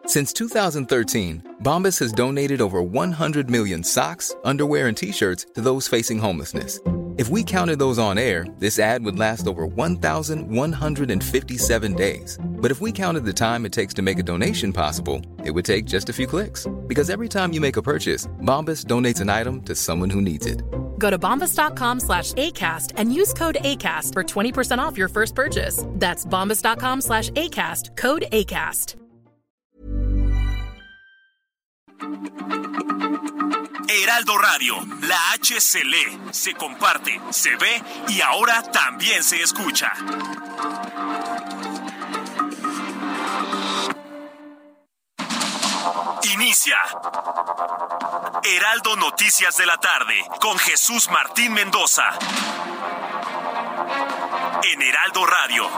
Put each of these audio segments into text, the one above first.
Since 2013, Bombas has donated over 100 million socks, underwear, and T-shirts to those facing homelessness. If we counted those on air, this ad would last over 1,157 days. But if we counted the time it takes to make a donation possible, it would take just a few clicks. Because every time you make a purchase, Bombas donates an item to someone who needs it. Go to bombas.com/ACAST and use code ACAST for 20% off your first purchase. That's bombas.com/ACAST, code ACAST. Heraldo Radio, la H se lee, se comparte, se ve y ahora también se escucha. Inicia Heraldo Noticias de la tarde con Jesús Martín Mendoza en Heraldo Radio.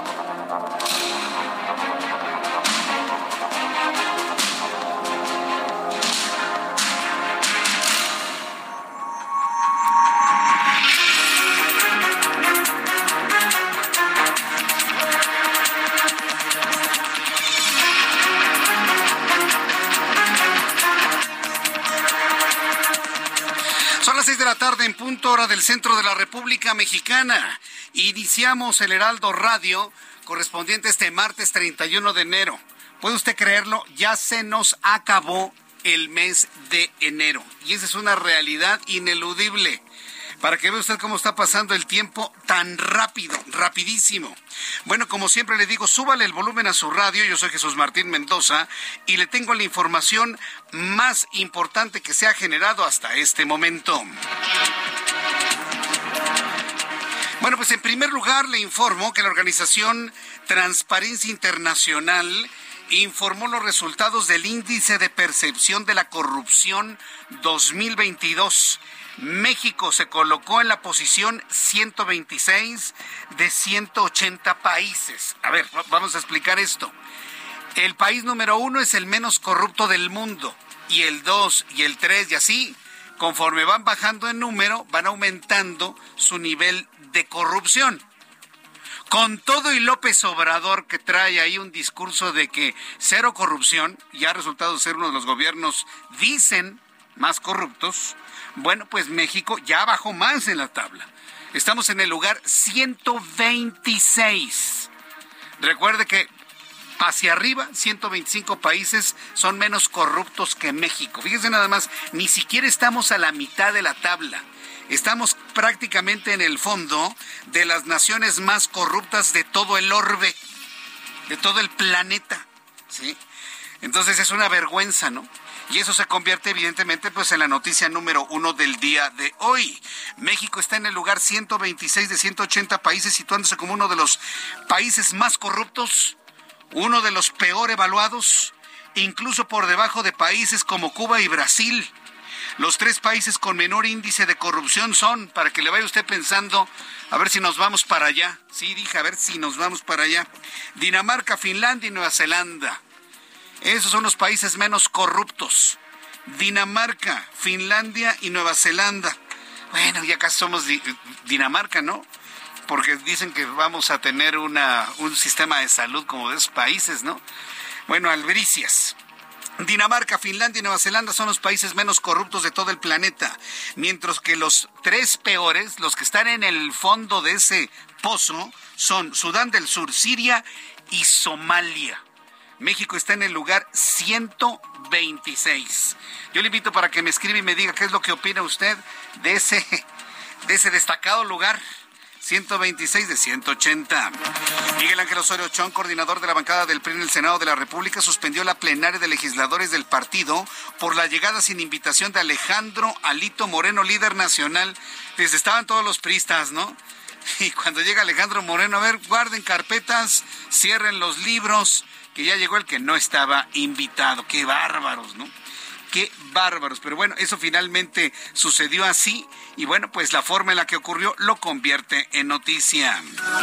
Son las 6 de la tarde en punto, hora del centro de la República Mexicana. Iniciamos el Heraldo Radio correspondiente este martes 31 de enero. ¿Puede usted creerlo? Ya se nos acabó el mes de enero. Y esa es una realidad ineludible. Para que vea usted cómo está pasando el tiempo tan rápido, rapidísimo. Bueno, como siempre le digo, súbale el volumen a su radio. Yo soy Jesús Martín Mendoza y le tengo la información más importante que se ha generado hasta este momento. Bueno, pues en primer lugar le informo que la organización Transparencia Internacional informó los resultados del Índice de Percepción de la Corrupción 2022. México se colocó en la posición 126 de 180 países. A ver, vamos a explicar esto. El país número 1 es el menos corrupto del mundo, y el 2 y el 3 y así, conforme van bajando en número, van aumentando su nivel de corrupción. Con todo y López Obrador, que trae ahí un discurso de que cero corrupción, y ha resultado ser uno de los gobiernos, dicen, más corruptos. Bueno, pues México ya bajó más en la tabla. Estamos en el lugar 126. Recuerde que hacia arriba, 125 países son menos corruptos que México. Fíjense nada más, ni siquiera estamos a la mitad de la tabla. Estamos prácticamente en el fondo de las naciones más corruptas de todo el orbe, de todo el planeta, ¿sí? Entonces es una vergüenza, ¿no? Y eso se convierte evidentemente pues en la noticia número 1 del día de hoy. México está en el lugar 126 de 180 países, situándose como uno de los países más corruptos, uno de los peor evaluados, incluso por debajo de países como Cuba y Brasil. Los 3 países con menor índice de corrupción son, para que le vaya usted pensando, a ver si nos vamos para allá. Sí, dije, a ver si nos vamos para allá. Dinamarca, Finlandia y Nueva Zelanda. Esos son los países menos corruptos. Dinamarca, Finlandia y Nueva Zelanda. Bueno, ya casi somos Dinamarca, ¿no? Porque dicen que vamos a tener un sistema de salud como de esos países, ¿no? Bueno, albricias. Dinamarca, Finlandia y Nueva Zelanda son los países menos corruptos de todo el planeta, mientras que los 3 peores, los que están en el fondo de ese pozo, son Sudán del Sur, Siria y Somalia. México está en el lugar 126. Yo le invito para que me escriba y me diga qué es lo que opina usted de ese destacado lugar. 126 de 180. Miguel Ángel Osorio Chong, coordinador de la bancada del PRI en el Senado de la República, suspendió la plenaria de legisladores del partido por la llegada sin invitación de Alejandro Alito Moreno, líder nacional. Pues estaban todos los priistas, ¿no? Y cuando llega Alejandro Moreno, a ver, guarden carpetas, cierren los libros, que ya llegó el que no estaba invitado. Qué bárbaros, ¿no? Qué bárbaros. Pero bueno, eso finalmente sucedió así. Y bueno, pues la forma en la que ocurrió lo convierte en noticia.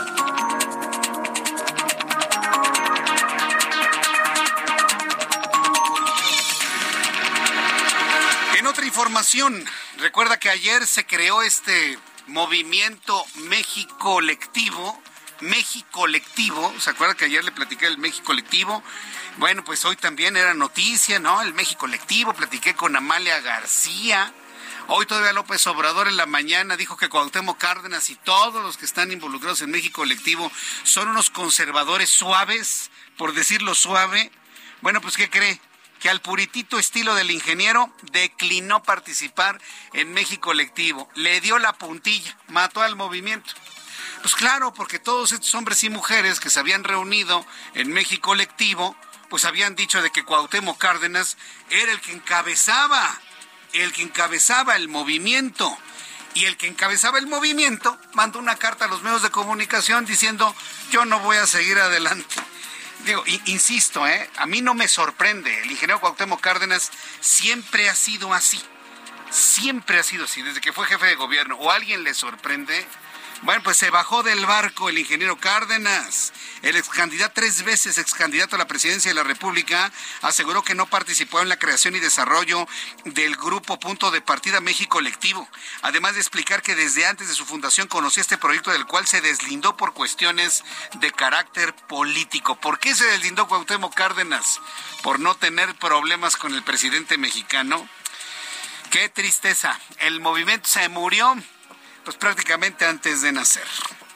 En otra información, recuerda que ayer se creó este movimiento México Colectivo. ¿Se acuerda que ayer le platiqué del México Colectivo? Bueno, pues hoy también era noticia, ¿no? El México Colectivo, platiqué con Amalia García. Hoy todavía López Obrador en la mañana dijo que Cuauhtémoc Cárdenas y todos los que están involucrados en México Colectivo son unos conservadores suaves, por decirlo suave. Bueno, pues ¿qué cree? Que al puritito estilo del ingeniero declinó participar en México Colectivo. Le dio la puntilla, mató al movimiento. Pues claro, porque todos estos hombres y mujeres que se habían reunido en México Colectivo, pues habían dicho de que Cuauhtémoc Cárdenas era el que encabezaba el movimiento. Y el que encabezaba el movimiento mandó una carta a los medios de comunicación diciendo: yo no voy a seguir adelante. Digo, insisto, a mí no me sorprende. El ingeniero Cuauhtémoc Cárdenas siempre ha sido así. Siempre ha sido así, desde que fue jefe de gobierno. ¿O a alguien le sorprende? Bueno, pues se bajó del barco el ingeniero Cárdenas. El excandidato, 3 veces excandidato a la presidencia de la República, aseguró que no participó en la creación y desarrollo del grupo Punto de Partida México Colectivo. Además de explicar que desde antes de su fundación conocía este proyecto, del cual se deslindó por cuestiones de carácter político. ¿Por qué se deslindó Cuauhtémoc Cárdenas? ¿Por no tener problemas con el presidente mexicano? ¡Qué tristeza! El movimiento se murió pues prácticamente antes de nacer.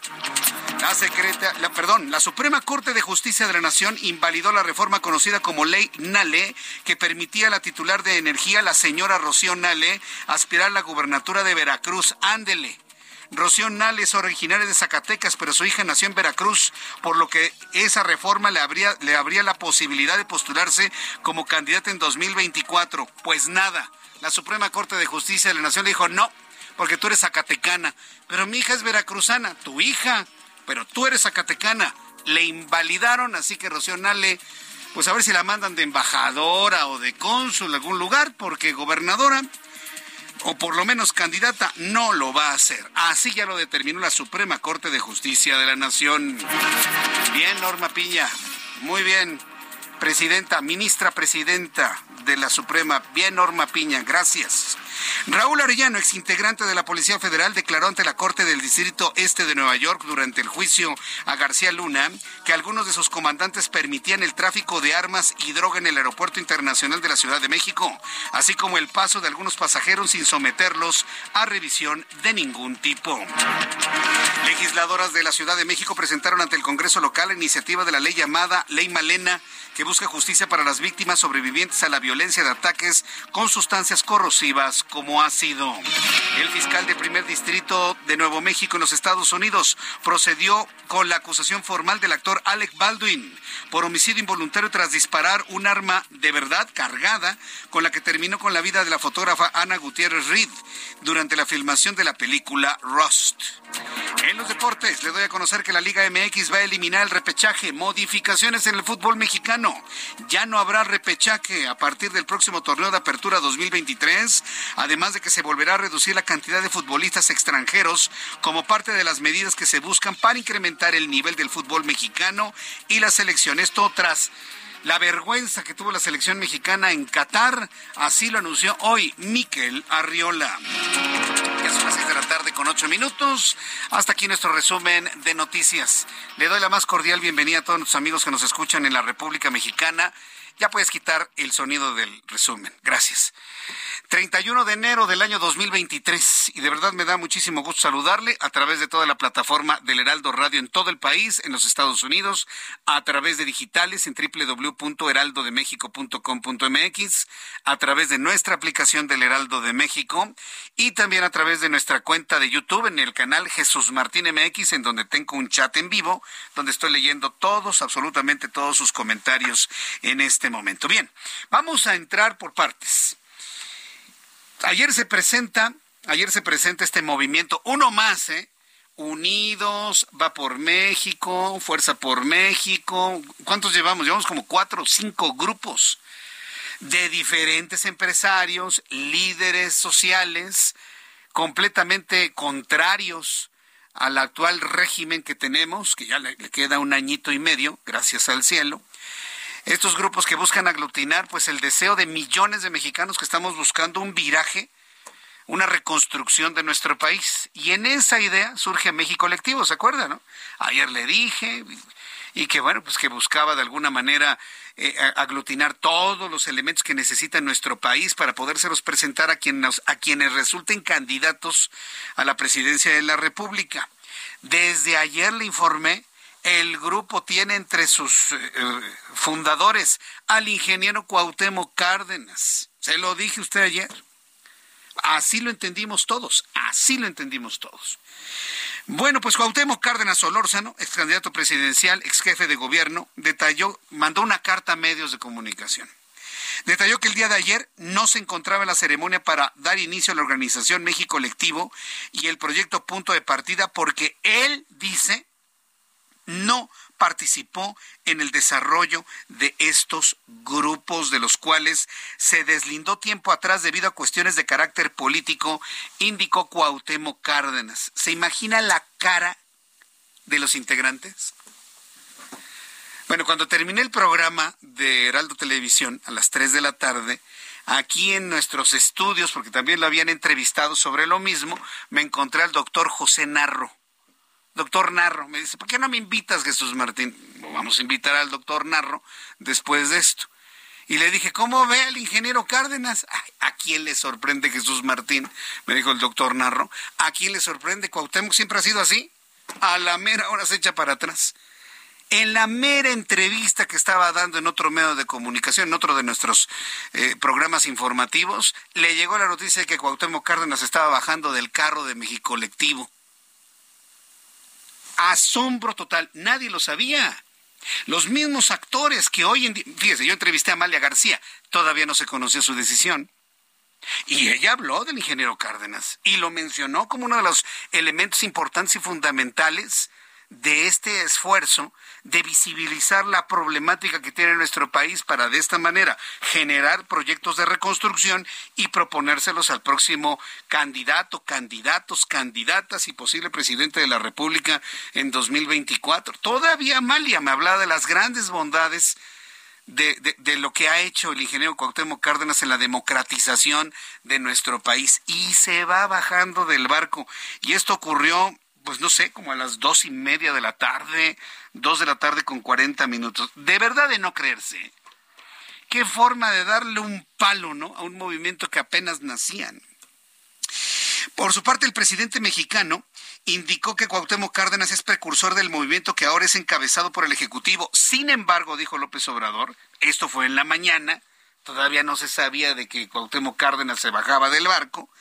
La Suprema Corte de Justicia de la Nación invalidó la reforma conocida como Ley Nale, que permitía a la titular de Energía, la señora Rocío Nale, aspirar a la gubernatura de Veracruz. Ándele. Rocío Nale es originaria de Zacatecas, pero su hija nació en Veracruz, por lo que esa reforma le abría la posibilidad de postularse como candidata en 2024. Pues nada, la Suprema Corte de Justicia de la Nación le dijo: no, porque tú eres zacatecana. Pero mi hija es veracruzana. Tu hija, pero tú eres zacatecana. Le invalidaron, así que Rocío Nale, pues a ver si la mandan de embajadora o de cónsul a algún lugar, porque gobernadora, o por lo menos candidata, no lo va a hacer. Así ya lo determinó la Suprema Corte de Justicia de la Nación. Bien, Norma Piña. Muy bien. Ministra presidenta de la Suprema. Bien, Norma Piña. Gracias. Raúl Arellano, exintegrante de la Policía Federal, declaró ante la Corte del Distrito Este de Nueva York durante el juicio a García Luna que algunos de sus comandantes permitían el tráfico de armas y droga en el Aeropuerto Internacional de la Ciudad de México, así como el paso de algunos pasajeros sin someterlos a revisión de ningún tipo. Legisladoras de la Ciudad de México presentaron ante el Congreso local la iniciativa de la ley llamada Ley Malena, que busca justicia para las víctimas sobrevivientes a la violencia de ataques con sustancias corrosivas como ácido. El fiscal de primer distrito de Nuevo México en los Estados Unidos procedió con la acusación formal del actor Alec Baldwin por homicidio involuntario tras disparar un arma de verdad cargada con la que terminó con la vida de la fotógrafa Ana Gutiérrez Reed durante la filmación de la película Rust. En los deportes, le doy a conocer que la Liga MX va a eliminar el repechaje. Modificaciones en el fútbol mexicano. Ya no habrá repechaje a partir del próximo torneo de apertura 2023, además de que se volverá a reducir la cantidad de futbolistas extranjeros como parte de las medidas que se buscan para incrementar el nivel del fútbol mexicano y la selección. Esto tras la vergüenza que tuvo la selección mexicana en Qatar. Así lo anunció hoy Mikel Arriola. Ya son las 6 de la tarde con 8 minutos. Hasta aquí nuestro resumen de noticias. Le doy la más cordial bienvenida a todos nuestros amigos que nos escuchan en la República Mexicana. Ya puedes quitar el sonido del resumen. Gracias. 31 de enero del año 2023. Y de verdad me da muchísimo gusto saludarle a través de toda la plataforma del Heraldo Radio en todo el país, en los Estados Unidos, a través de digitales en www.heraldodemexico.com.mx, a través de nuestra aplicación del Heraldo de México y también a través de nuestra cuenta de YouTube en el canal Jesús Martín MX, en donde tengo un chat en vivo, donde estoy leyendo absolutamente todos sus comentarios en este momento. Bien, vamos a entrar por partes. Ayer se presenta este movimiento, uno más, Unidos, va por México, Fuerza por México. ¿Cuántos llevamos? Llevamos como 4 o 5 grupos de diferentes empresarios, líderes sociales, completamente contrarios al actual régimen que tenemos, que ya le queda un añito y medio, gracias al cielo. Estos grupos que buscan aglutinar pues el deseo de millones de mexicanos que estamos buscando un viraje, una reconstrucción de nuestro país. Y en esa idea surge México Colectivo, ¿se acuerdan, no? Ayer le dije, y que, bueno, pues que buscaba de alguna manera aglutinar todos los elementos que necesita nuestro país para podérselos presentar a quienes resulten candidatos a la presidencia de la República. Desde ayer le informé, el grupo tiene entre sus fundadores al ingeniero Cuauhtémoc Cárdenas. Se lo dije a usted ayer. Así lo entendimos todos, Bueno, pues Cuauhtémoc Cárdenas Solórzano, ex candidato presidencial, ex jefe de gobierno, mandó una carta a medios de comunicación. Detalló que el día de ayer no se encontraba en la ceremonia para dar inicio a la organización México Colectivo y el proyecto Punto de Partida porque él dice no participó en el desarrollo de estos grupos de los cuales se deslindó tiempo atrás debido a cuestiones de carácter político, indicó Cuauhtémoc Cárdenas. ¿Se imagina la cara de los integrantes? Bueno, cuando terminé el programa de Heraldo Televisión a las 3 de la tarde, aquí en nuestros estudios, porque también lo habían entrevistado sobre lo mismo, me encontré al doctor José Narro. Doctor Narro, me dice, ¿por qué no me invitas, Jesús Martín? Vamos a invitar al doctor Narro después de esto. Y le dije, ¿cómo ve al ingeniero Cárdenas? Ay, ¿a quién le sorprende Jesús Martín? Me dijo el doctor Narro. ¿A quién le sorprende? Cuauhtémoc siempre ha sido así. A la mera hora se echa para atrás. En la mera entrevista que estaba dando en otro medio de comunicación, en otro de nuestros programas informativos, le llegó la noticia de que Cuauhtémoc Cárdenas estaba bajando del carro de México Colectivo. Asombro total, nadie lo sabía. Los mismos actores que hoy en día, fíjese, yo entrevisté a Amalia García, todavía no se conocía su decisión, y ella habló del ingeniero Cárdenas y lo mencionó como uno de los elementos importantes y fundamentales de este esfuerzo de visibilizar la problemática que tiene nuestro país para de esta manera generar proyectos de reconstrucción y proponérselos al próximo candidato, candidatas y posible presidente de la República en 2024. Todavía Amalia me hablaba de las grandes bondades de lo que ha hecho el ingeniero Cuauhtémoc Cárdenas en la democratización de nuestro país y se va bajando del barco. Y esto ocurrió, pues no sé, como a las 2:30 de la tarde, 2 de la tarde con 40 minutos. De verdad de no creerse. Qué forma de darle un palo, ¿no?, a un movimiento que apenas nacían. Por su parte, el presidente mexicano indicó que Cuauhtémoc Cárdenas es precursor del movimiento que ahora es encabezado por el Ejecutivo. Sin embargo, dijo López Obrador, esto fue en la mañana, todavía no se sabía de que Cuauhtémoc Cárdenas se bajaba del barco.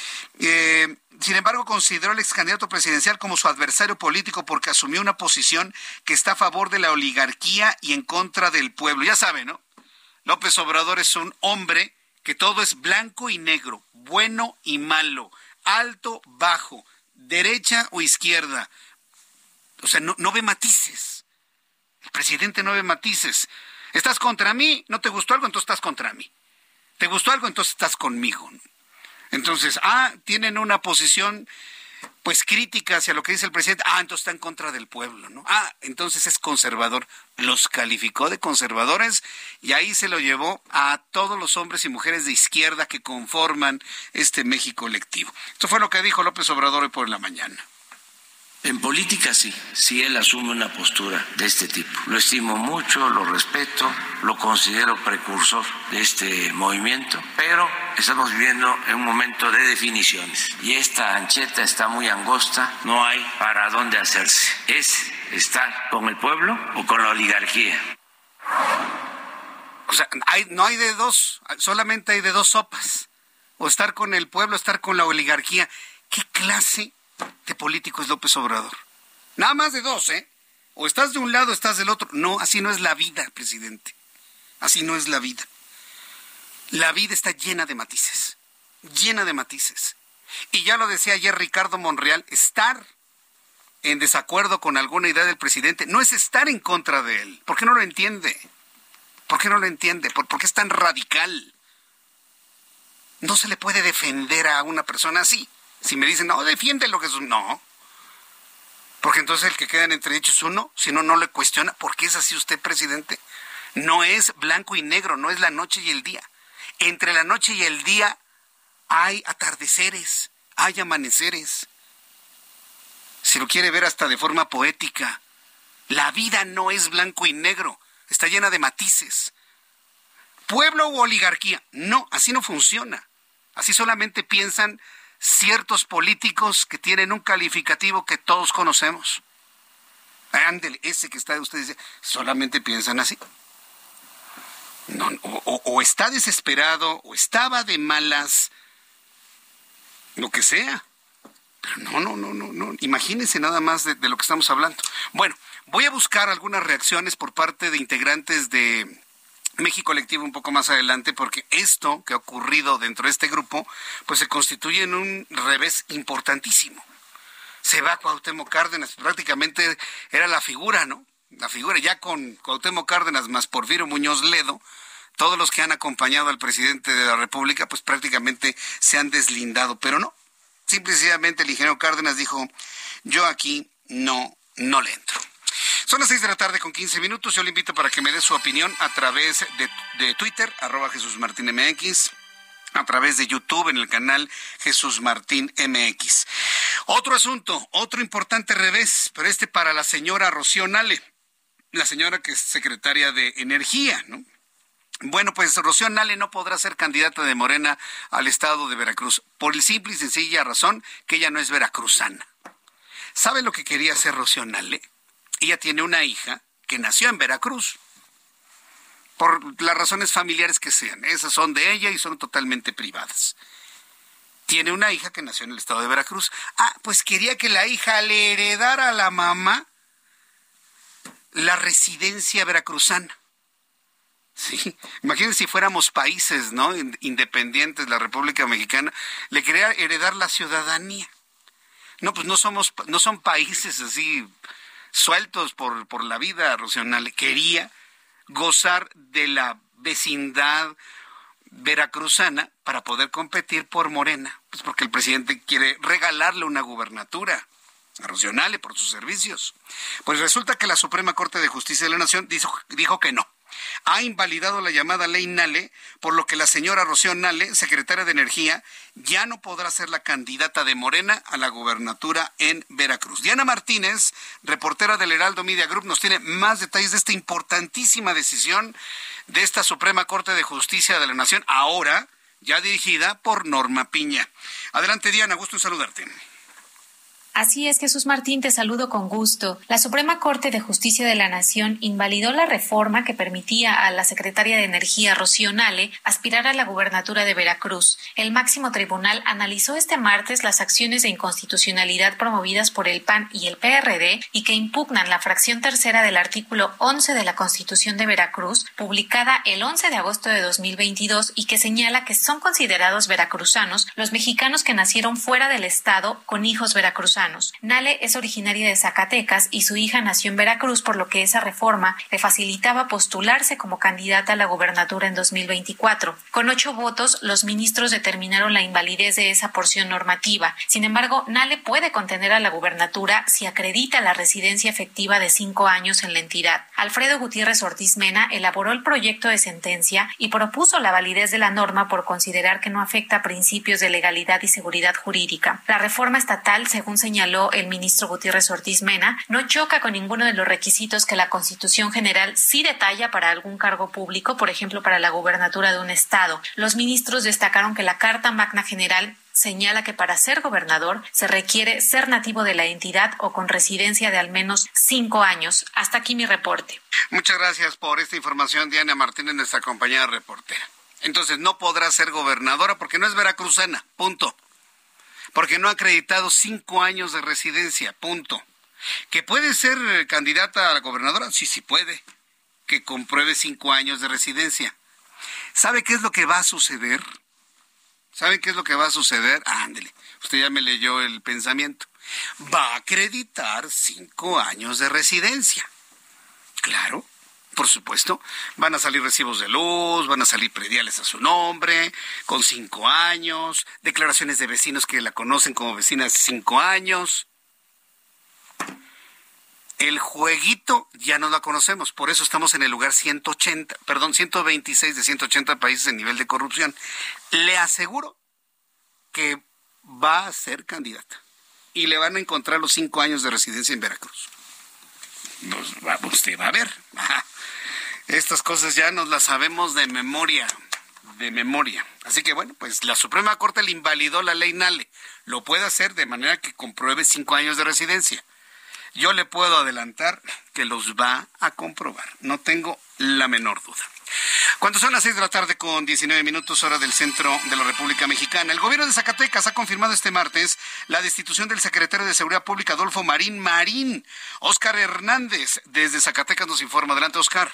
Sin embargo, consideró al ex candidato presidencial como su adversario político porque asumió una posición que está a favor de la oligarquía y en contra del pueblo. Ya saben, ¿no? López Obrador es un hombre que todo es blanco y negro, bueno y malo, alto, bajo, derecha o izquierda. O sea, no ve matices. El presidente no ve matices. ¿Estás contra mí? ¿No te gustó algo? Entonces estás contra mí. ¿Te gustó algo? Entonces estás conmigo. Entonces, tienen una posición pues crítica hacia lo que dice el presidente. Entonces está en contra del pueblo, ¿no? Entonces es conservador. Los calificó de conservadores y ahí se lo llevó a todos los hombres y mujeres de izquierda que conforman este México Colectivo. Esto fue lo que dijo López Obrador hoy por la mañana. En política sí él asume una postura de este tipo. Lo estimo mucho, lo respeto, lo considero precursor de este movimiento, pero estamos viviendo en un momento de definiciones y esta ancheta está muy angosta, no hay para dónde hacerse. Es estar con el pueblo o con la oligarquía. O sea, no hay de dos, solamente hay de dos sopas. O estar con el pueblo, o estar con la oligarquía. ¿Qué clase de político es López Obrador? Nada más de dos, ¿eh? O estás de un lado o estás del otro. No, así no es la vida, presidente. Así no es la vida. La vida está llena de matices. Llena de matices. Y ya lo decía ayer Ricardo Monreal, estar en desacuerdo con alguna idea del presidente no es estar en contra de él. ¿Por qué no lo entiende? ¿Por qué no lo entiende? ¿Por qué es tan radical? No se le puede defender a una persona así. Si me dicen, no, defiende lo que es un... No. Porque entonces el que queda en entredicho es uno, si no, no le cuestiona. ¿Por qué es así usted, presidente? No es blanco y negro, no es la noche y el día. Entre la noche y el día hay atardeceres, hay amaneceres. Si lo quiere ver hasta de forma poética. La vida no es blanco y negro, está llena de matices. ¿Pueblo u oligarquía? No, así no funciona. Así solamente piensan ciertos políticos que tienen un calificativo que todos conocemos. Ándele, ese que está de ustedes, solamente piensan así. No, o está desesperado, o estaba de malas, lo que sea. Pero no. Imagínense nada más de lo que estamos hablando. Bueno, voy a buscar algunas reacciones por parte de integrantes de México Colectivo un poco más adelante, porque esto que ha ocurrido dentro de este grupo, pues se constituye en un revés importantísimo. Se va Cuauhtémoc Cárdenas, prácticamente era la figura, ¿no? La figura, ya con Cuauhtémoc Cárdenas más Porfirio Muñoz Ledo, todos los que han acompañado al presidente de la República, pues prácticamente se han deslindado, pero no. Simplemente el ingeniero Cárdenas dijo, yo aquí no le entro. Son las 6:15 p.m. Yo le invito para que me dé su opinión a través de Twitter, @JesusMartinMX, a través de YouTube en el canal Jesús Martín MX. Otro asunto, otro importante revés, pero para la señora Rocío Nale, la señora que es secretaria de Energía, ¿no? Bueno, pues Rocío Nale no podrá ser candidata de Morena al estado de Veracruz, por el simple y sencilla razón que ella no es veracruzana. ¿Sabe lo que quería hacer Rocío Nale? Ella tiene una hija que nació en Veracruz, por las razones familiares que sean. Esas son de ella y son totalmente privadas. Tiene una hija que nació en el estado de Veracruz. Pues quería que la hija le heredara a la mamá la residencia veracruzana. Sí, imagínense si fuéramos países, ¿no?, independientes, la República Mexicana, le quería heredar la ciudadanía. No, pues no son países así sueltos por la vida, Rocío Nale. Quería gozar de la vecindad veracruzana para poder competir por Morena, pues porque el presidente quiere regalarle una gubernatura a Rocío Nale por sus servicios. Pues resulta que la Suprema Corte de Justicia de la Nación dijo que no. Ha invalidado la llamada Ley Nale, por lo que la señora Rocío Nale, secretaria de Energía, ya no podrá ser la candidata de Morena a la gubernatura en Veracruz. Diana Martínez, reportera del Heraldo Media Group, nos tiene más detalles de esta importantísima decisión de esta Suprema Corte de Justicia de la Nación, ahora ya dirigida por Norma Piña. Adelante, Diana, gusto en saludarte. Así es, Jesús Martín, te saludo con gusto. La Suprema Corte de Justicia de la Nación invalidó la reforma que permitía a la secretaria de Energía, Rocío Nale, aspirar a la gubernatura de Veracruz. El máximo tribunal analizó este martes las acciones de inconstitucionalidad promovidas por el PAN y el PRD y que impugnan la fracción tercera del artículo 11 de la Constitución de Veracruz, publicada el 11 de agosto de 2022 y que señala que son considerados veracruzanos los mexicanos que nacieron fuera del estado con hijos veracruzanos. Nale es originaria de Zacatecas y su hija nació en Veracruz, por lo que esa reforma le facilitaba postularse como candidata a la gubernatura en 2024. Con 8 votos, los ministros determinaron la invalidez de esa porción normativa. Sin embargo, Nale puede contender a la gubernatura si acredita la residencia efectiva de 5 años en la entidad. Alfredo Gutiérrez Ortiz Mena elaboró el proyecto de sentencia y propuso la validez de la norma por considerar que no afecta a principios de legalidad y seguridad jurídica. La reforma estatal, según señaló el ministro Gutiérrez Ortiz Mena, no choca con ninguno de los requisitos que la Constitución General sí detalla para algún cargo público, por ejemplo, para la gubernatura de un estado. Los ministros destacaron que la Carta Magna General señala que para ser gobernador se requiere ser nativo de la entidad o con residencia de al menos 5 años. Hasta aquí mi reporte. Muchas gracias por esta información, Diana Martínez, nuestra compañera reportera. Entonces, no podrá ser gobernadora porque no es veracruzana, punto. Porque no ha acreditado 5 años de residencia, punto. ¿Que puede ser candidata a la gobernadora? Sí, sí puede. Que compruebe 5 años de residencia. ¿Sabe qué es lo que va a suceder? ¿Saben qué es lo que va a suceder? Ándele, usted ya me leyó el pensamiento. Va a acreditar 5 años de residencia. Claro. Por supuesto, van a salir recibos de luz, van a salir prediales a su nombre, con 5 años, declaraciones de vecinos que la conocen como vecina hace 5 años. El jueguito ya no la conocemos, por eso estamos en el lugar 126 de 180 países en nivel de corrupción. Le aseguro que va a ser candidata y le van a encontrar los 5 años de residencia en Veracruz. usted va a ver. Estas cosas ya nos las sabemos de memoria. Así que bueno, pues la Suprema Corte le invalidó la ley Nale. Lo puede hacer de manera que compruebe 5 años de residencia. Yo le puedo adelantar que los va a comprobar. No tengo la menor duda. Cuando son las 6 de la tarde con 19 minutos, hora del centro de la República Mexicana, el gobierno de Zacatecas ha confirmado este martes la destitución del secretario de Seguridad Pública, Adolfo Marín. Óscar Hernández, desde Zacatecas, nos informa. Adelante, Óscar.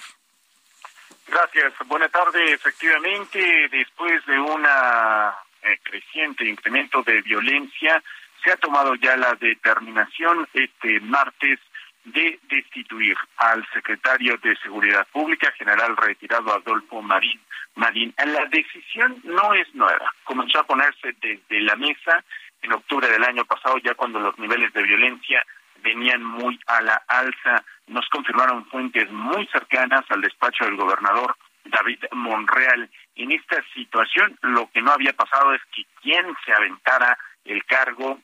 Gracias. Buenas tardes. Efectivamente, después de una creciente incremento de violencia, se ha tomado ya la determinación este martes de destituir al secretario de Seguridad Pública, general retirado Adolfo Marín. La decisión no es nueva. Comenzó a ponerse desde la mesa en octubre del año pasado, ya cuando los niveles de violencia venían muy a la alza. Nos confirmaron fuentes muy cercanas al despacho del gobernador David Monreal. En esta situación, lo que no había pasado es que quien se aventara el cargo,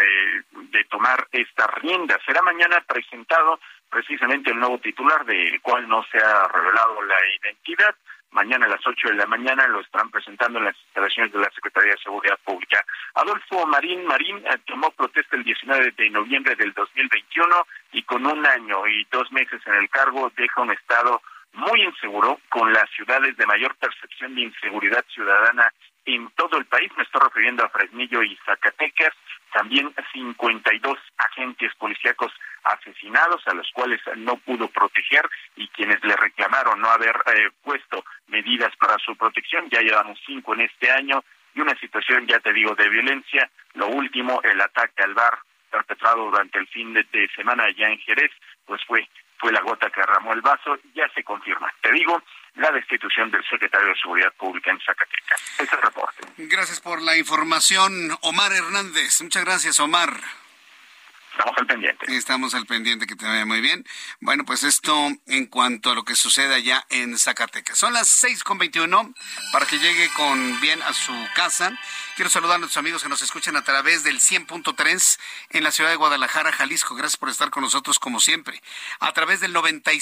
de tomar esta rienda. Será mañana presentado precisamente el nuevo titular, del cual no se ha revelado la identidad. Mañana a las 8 de la mañana lo estarán presentando en las instalaciones de la Secretaría de Seguridad Pública. Adolfo Marín tomó protesta el 19 de noviembre del 2021 y con 1 año y 2 meses en el cargo deja un estado muy inseguro, con las ciudades de mayor percepción de inseguridad ciudadana en todo el país. Me estoy refiriendo a Fresnillo y Zacatecas. También 52 agentes policíacos asesinados, a los cuales no pudo proteger, y quienes le reclamaron no haber puesto medidas para su protección. Ya llevamos 5 en este año, y una situación, ya te digo, de violencia. Lo último, el ataque al bar perpetrado durante el fin de semana allá en Jerez, pues fue la gota que derramó el vaso. Ya se confirma, te digo, la destitución del secretario de Seguridad Pública en Zacatecas. Ese es el reporte. Gracias por la información, Omar Hernández. Muchas gracias, Omar. Estamos al pendiente. Estamos al pendiente, que te vaya muy bien. Bueno, pues esto en cuanto a lo que sucede allá en Zacatecas. Son las 6:21, para que llegue con bien a su casa. Quiero saludar a nuestros amigos que nos escuchan a través del 100.3 en la ciudad de Guadalajara, Jalisco. Gracias por estar con nosotros como siempre. A través del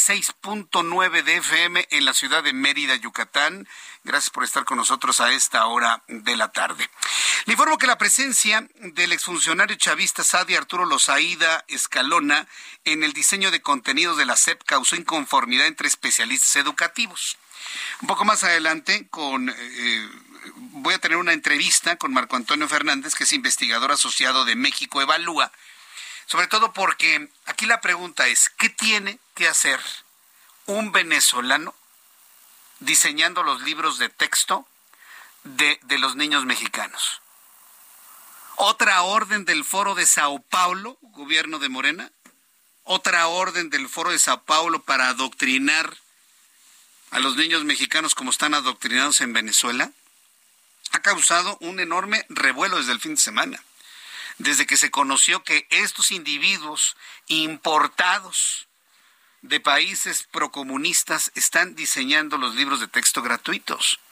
96.9 de FM en la ciudad de Mérida, Yucatán. Gracias por estar con nosotros a esta hora de la tarde. Le informo que la presencia del exfuncionario chavista Sadi Arturo Lozaida Escalona en el diseño de contenidos de la SEP causó inconformidad entre especialistas educativos. Un poco más adelante voy a tener una entrevista con Marco Antonio Fernández, que es investigador asociado de México Evalúa, sobre todo porque aquí la pregunta es, ¿qué tiene que hacer un venezolano diseñando los libros de texto de los niños mexicanos? ¿Otra orden del Foro de Sao Paulo, gobierno de Morena? ¿Otra orden del Foro de Sao Paulo para adoctrinar a los niños mexicanos como están adoctrinados en Venezuela? Ha causado un enorme revuelo desde el fin de semana, desde que se conoció que estos individuos importados de países procomunistas están diseñando los libros de texto gratuitos.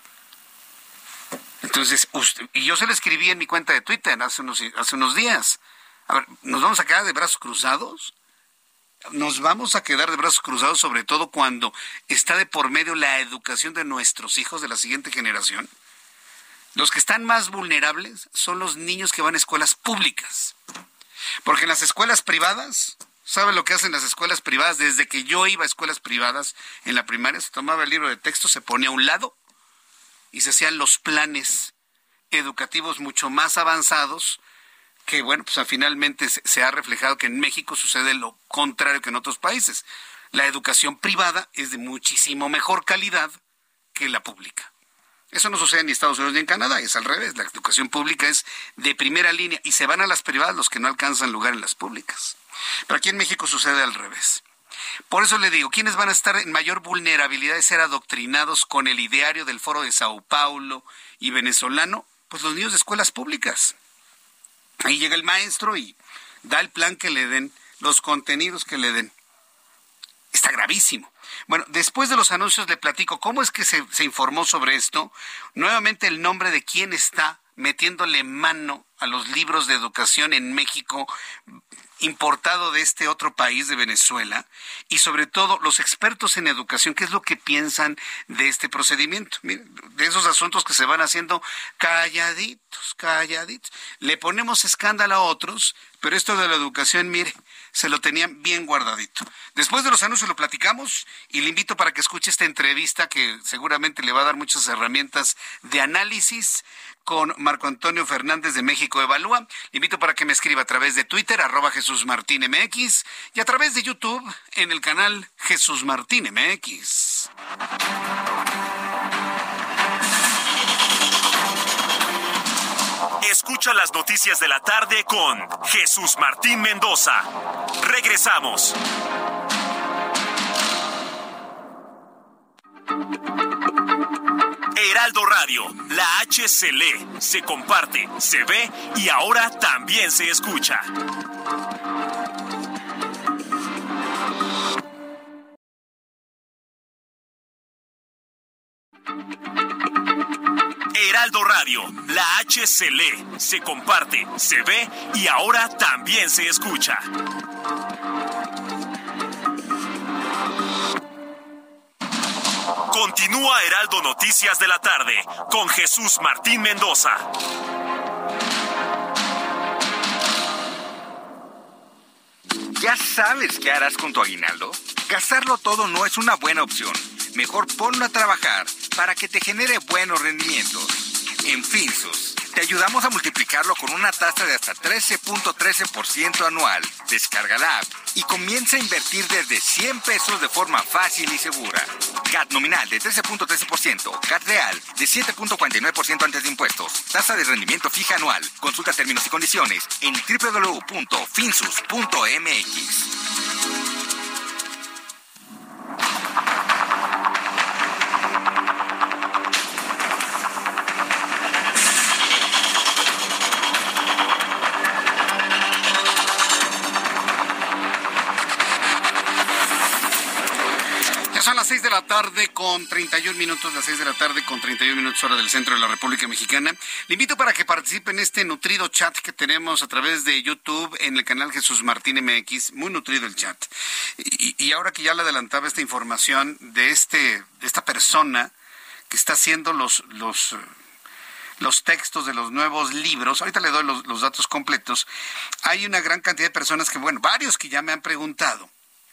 Entonces, y yo se lo escribí en mi cuenta de Twitter hace unos días. A ver, ¿nos vamos a quedar de brazos cruzados? Nos vamos a quedar de brazos cruzados, sobre todo cuando está de por medio la educación de nuestros hijos, de la siguiente generación. Los que están más vulnerables son los niños que van a escuelas públicas. Porque en las escuelas privadas, ¿saben lo que hacen las escuelas privadas? Desde que yo iba a escuelas privadas en la primaria, se tomaba el libro de texto, se ponía a un lado y se hacían los planes educativos mucho más avanzados, que bueno, pues finalmente se ha reflejado que en México sucede lo contrario que en otros países. La educación privada es de muchísimo mejor calidad que la pública. Eso no sucede en Estados Unidos ni en Canadá, es al revés. La educación pública es de primera línea y se van a las privadas los que no alcanzan lugar en las públicas. Pero aquí en México sucede al revés. Por eso le digo, ¿quiénes van a estar en mayor vulnerabilidad de ser adoctrinados con el ideario del Foro de Sao Paulo y venezolano? Pues los niños de escuelas públicas. Ahí llega el maestro y da el plan que le den, los contenidos que le den. Está gravísimo. Bueno, después de los anuncios le platico cómo es que se informó sobre esto. Nuevamente el nombre de quién está metiéndole mano a los libros de educación en México importado de este otro país, de Venezuela, y sobre todo los expertos en educación, ¿qué es lo que piensan de este procedimiento? Miren, de esos asuntos que se van haciendo calladitos, calladitos. Le ponemos escándalo a otros, pero esto de la educación, mire, se lo tenían bien guardadito. Después de los anuncios lo platicamos y le invito para que escuche esta entrevista que seguramente le va a dar muchas herramientas de análisis con Marco Antonio Fernández de México Evalúa. Le invito para que me escriba a través de Twitter, @JesúsMartínMX, y a través de YouTube en el canal Jesús Martín MX. Escucha las noticias de la tarde con Jesús Martín Mendoza. Regresamos. Heraldo Radio, la H se lee, se comparte, se ve y ahora también se escucha. Heraldo Radio, la H se lee, se comparte, se ve y ahora también se escucha. Continúa Heraldo Noticias de la tarde con Jesús Martín Mendoza. ¿Ya sabes qué harás con tu aguinaldo? Gastarlo todo no es una buena opción. Mejor ponlo a trabajar para que te genere buenos rendimientos. En Finsus, te ayudamos a multiplicarlo con una tasa de hasta 13.13% anual. Descarga la app y comienza a invertir desde 100 pesos de forma fácil y segura. GAT nominal de 13.13%, GAT real de 7.49% antes de impuestos. Tasa de rendimiento fija anual. Consulta términos y condiciones en www.finsus.mx. Son las 6 de la tarde con 31 minutos, las 6 de la tarde con 31 minutos hora del centro de la República Mexicana. Le invito para que participe en este nutrido chat que tenemos a través de YouTube en el canal Jesús Martín MX, muy nutrido el chat. Y ahora que ya le adelantaba esta información de esta persona que está haciendo los textos de los nuevos libros, ahorita le doy los datos completos, hay una gran cantidad de personas que, bueno, varios que ya me han preguntado,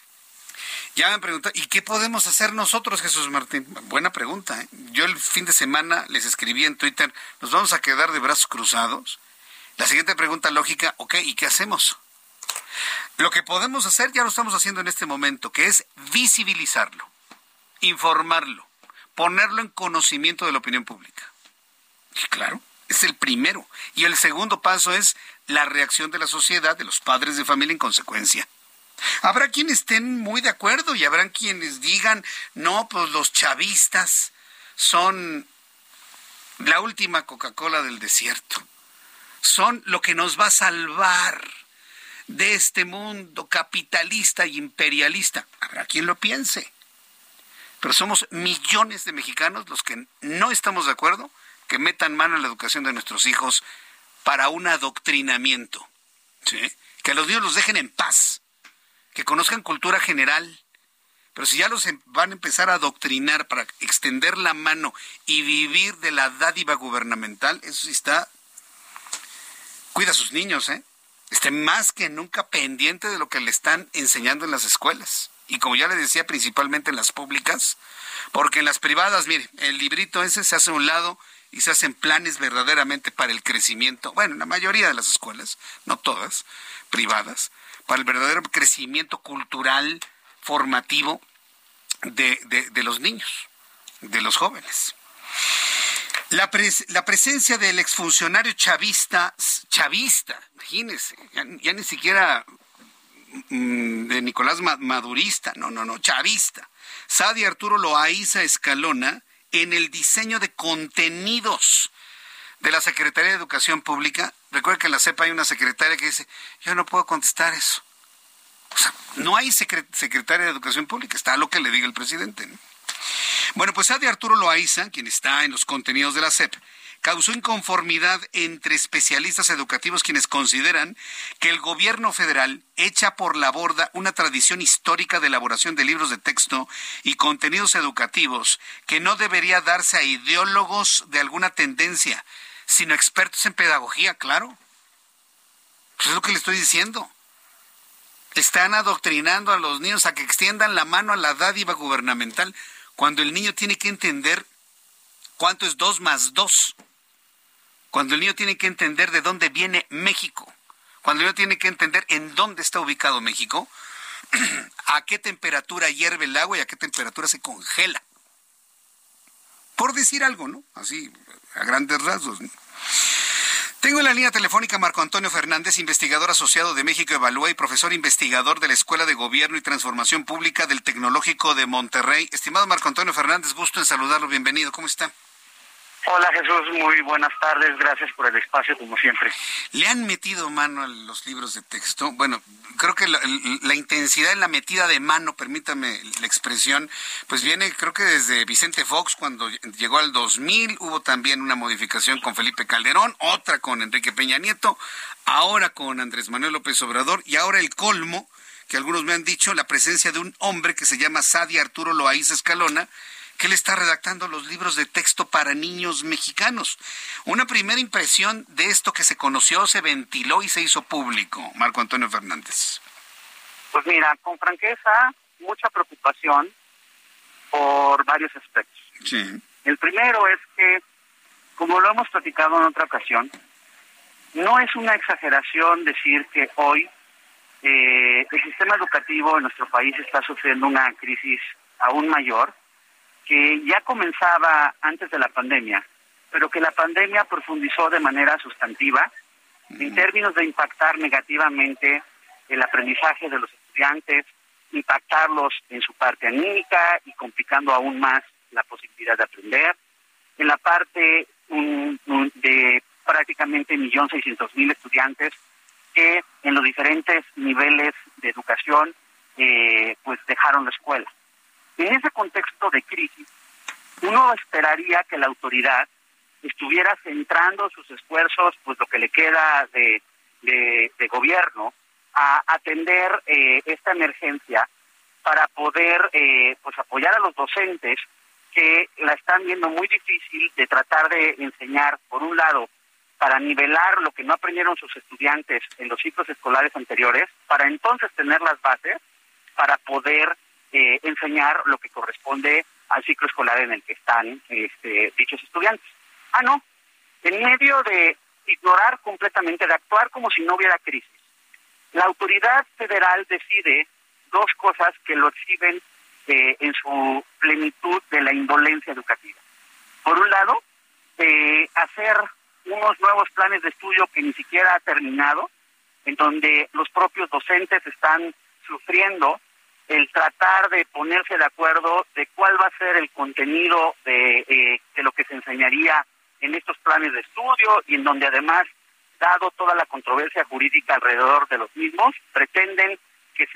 ¿y qué podemos hacer nosotros, Jesús Martín? Buena pregunta, ¿eh? Yo el fin de semana les escribí en Twitter, ¿nos vamos a quedar de brazos cruzados? La siguiente pregunta lógica, ok, ¿y qué hacemos? Lo que podemos hacer ya lo estamos haciendo en este momento, que es visibilizarlo, informarlo, ponerlo en conocimiento de la opinión pública. Y claro, es el primero. Y el segundo paso es la reacción de la sociedad, de los padres de familia en consecuencia. Habrá quienes estén muy de acuerdo y habrán quienes digan, no, pues los chavistas son la última Coca-Cola del desierto. Son lo que nos va a salvar de este mundo capitalista y imperialista. Habrá quien lo piense. Pero somos millones de mexicanos los que no estamos de acuerdo que metan mano en la educación de nuestros hijos para un adoctrinamiento. ¿Sí? Que a los niños los dejen en paz. Que conozcan cultura general, pero si ya los van a empezar a adoctrinar para extender la mano y vivir de la dádiva gubernamental, eso sí está, cuida a sus niños, esté más que nunca pendiente de lo que le están enseñando en las escuelas, y como ya le decía, principalmente en las públicas, porque en las privadas, mire, el librito ese se hace a un lado y se hacen planes verdaderamente para el crecimiento, bueno, en la mayoría de las escuelas, no todas, privadas, para el verdadero crecimiento cultural, formativo de los niños, de los jóvenes. La presencia del exfuncionario chavista, imagínense, ya ni siquiera de Nicolás madurista, no, chavista, Sadi Arturo Loaiza Escalona, en el diseño de contenidos de la Secretaría de Educación Pública. Recuerda que en la CEP hay una secretaria que dice, yo no puedo contestar eso. O sea, no hay secretaria de Educación Pública, está a lo que le diga el presidente, ¿no? Bueno, pues Adi Arturo Loaiza, quien está en los contenidos de la SEP, causó inconformidad entre especialistas educativos quienes consideran que el gobierno federal echa por la borda una tradición histórica de elaboración de libros de texto y contenidos educativos que no debería darse a ideólogos de alguna tendencia, sino expertos en pedagogía, claro. Pues es lo que le estoy diciendo. Están adoctrinando a los niños a que extiendan la mano a la dádiva gubernamental cuando el niño tiene que entender cuánto es 2 más 2. Cuando el niño tiene que entender de dónde viene México, cuando el niño tiene que entender en dónde está ubicado México, a qué temperatura hierve el agua y a qué temperatura se congela. Por decir algo, ¿no? Así, a grandes rasgos, ¿no? Tengo en la línea telefónica a Marco Antonio Fernández, investigador asociado de México Evalúa y profesor investigador de la Escuela de Gobierno y Transformación Pública del Tecnológico de Monterrey. Estimado Marco Antonio Fernández, gusto en saludarlo, bienvenido, ¿cómo está? Hola Jesús, muy buenas tardes, gracias por el espacio como siempre. ¿Le han metido mano a los libros de texto? Bueno, creo que la intensidad en la metida de mano, permítame la expresión, pues viene creo que desde Vicente Fox cuando llegó al 2000, hubo también una modificación con Felipe Calderón, otra con Enrique Peña Nieto, ahora con Andrés Manuel López Obrador y ahora el colmo, que algunos me han dicho, la presencia de un hombre que se llama Adi Arturo Loaiza Escalona, que él está redactando los libros de texto para niños mexicanos. Una primera impresión de esto que se conoció, se ventiló y se hizo público, Marco Antonio Fernández. Pues mira, con franqueza, mucha preocupación por varios aspectos. Sí. El primero es que, como lo hemos platicado en otra ocasión, no es una exageración decir que hoy el sistema educativo en nuestro país está sufriendo una crisis aún mayor, que ya comenzaba antes de la pandemia, pero que la pandemia profundizó de manera sustantiva en términos de impactar negativamente el aprendizaje de los estudiantes, impactarlos en su parte anímica y complicando aún más la posibilidad de aprender. En la parte de prácticamente 1.600.000 estudiantes que en los diferentes niveles de educación pues dejaron la escuela. En ese contexto de crisis, uno esperaría que la autoridad estuviera centrando sus esfuerzos, pues lo que le queda de gobierno, a atender esta emergencia para poder pues apoyar a los docentes que la están viendo muy difícil de tratar de enseñar, por un lado, para nivelar lo que no aprendieron sus estudiantes en los ciclos escolares anteriores, para entonces tener las bases para poder enseñar lo que corresponde al ciclo escolar en el que están dichos estudiantes. No, en medio de ignorar completamente, de actuar como si no hubiera crisis, la autoridad federal decide dos cosas que lo exhiben en su plenitud de la indolencia educativa. Por un lado, hacer unos nuevos planes de estudio que ni siquiera ha terminado, en donde los propios docentes están sufriendo el tratar de ponerse de acuerdo de cuál va a ser el contenido de lo que se enseñaría en estos planes de estudio y en donde además, dado toda la controversia jurídica alrededor de los mismos, pretenden que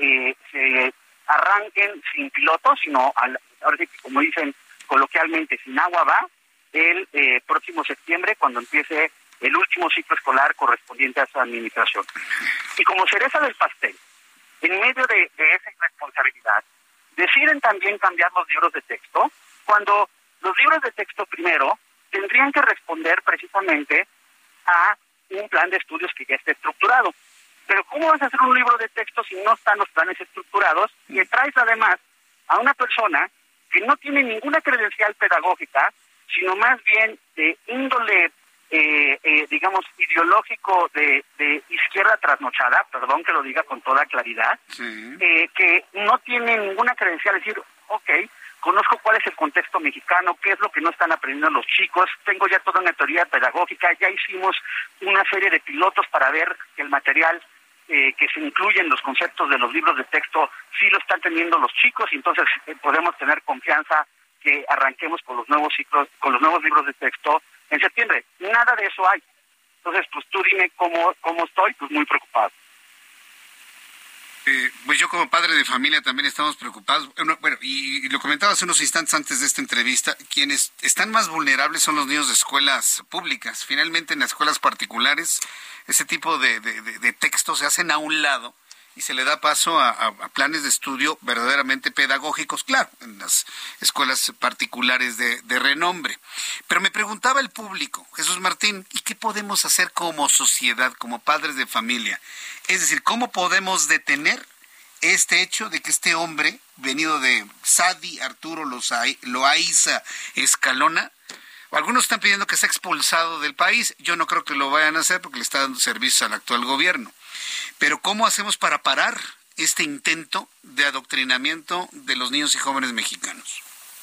se arranquen sin piloto, sino, ahora sí que como dicen coloquialmente, sin agua va, el próximo septiembre, cuando empiece el último ciclo escolar correspondiente a esa administración. Y como cereza del pastel, en medio de esa irresponsabilidad, deciden también cambiar los libros de texto, cuando los libros de texto primero tendrían que responder precisamente a un plan de estudios que ya esté estructurado. Pero ¿cómo vas a hacer un libro de texto si no están los planes estructurados? Y traes además a una persona que no tiene ninguna credencial pedagógica, sino más bien de índole digamos, ideológico de izquierda trasnochada, perdón que lo diga con toda claridad, sí, que no tiene ninguna credencial, es decir, conozco cuál es el contexto mexicano, qué es lo que no están aprendiendo los chicos, tengo ya toda una teoría pedagógica, ya hicimos una serie de pilotos para ver que el material que se incluye en los conceptos de los libros de texto sí lo están teniendo los chicos y entonces podemos tener confianza que arranquemos con los nuevos ciclos, con los nuevos libros de texto en septiembre. Nada de eso hay. Entonces, pues tú dime cómo estoy, pues muy preocupado. Pues yo como padre de familia también estamos preocupados. Bueno, y lo comentaba hace unos instantes antes de esta entrevista, quienes están más vulnerables son los niños de escuelas públicas. Finalmente en las escuelas particulares ese tipo de textos se hacen a un lado y se le da paso a planes de estudio verdaderamente pedagógicos, claro, en las escuelas particulares de renombre. Pero me preguntaba el público, Jesús Martín, ¿y qué podemos hacer como sociedad, como padres de familia? Es decir, ¿cómo podemos detener este hecho de que este hombre, venido de Sadi Arturo Loaiza Escalona, algunos están pidiendo que sea expulsado del país? Yo no creo que lo vayan a hacer porque le está dando servicios al actual gobierno. Pero ¿cómo hacemos para parar este intento de adoctrinamiento de los niños y jóvenes mexicanos?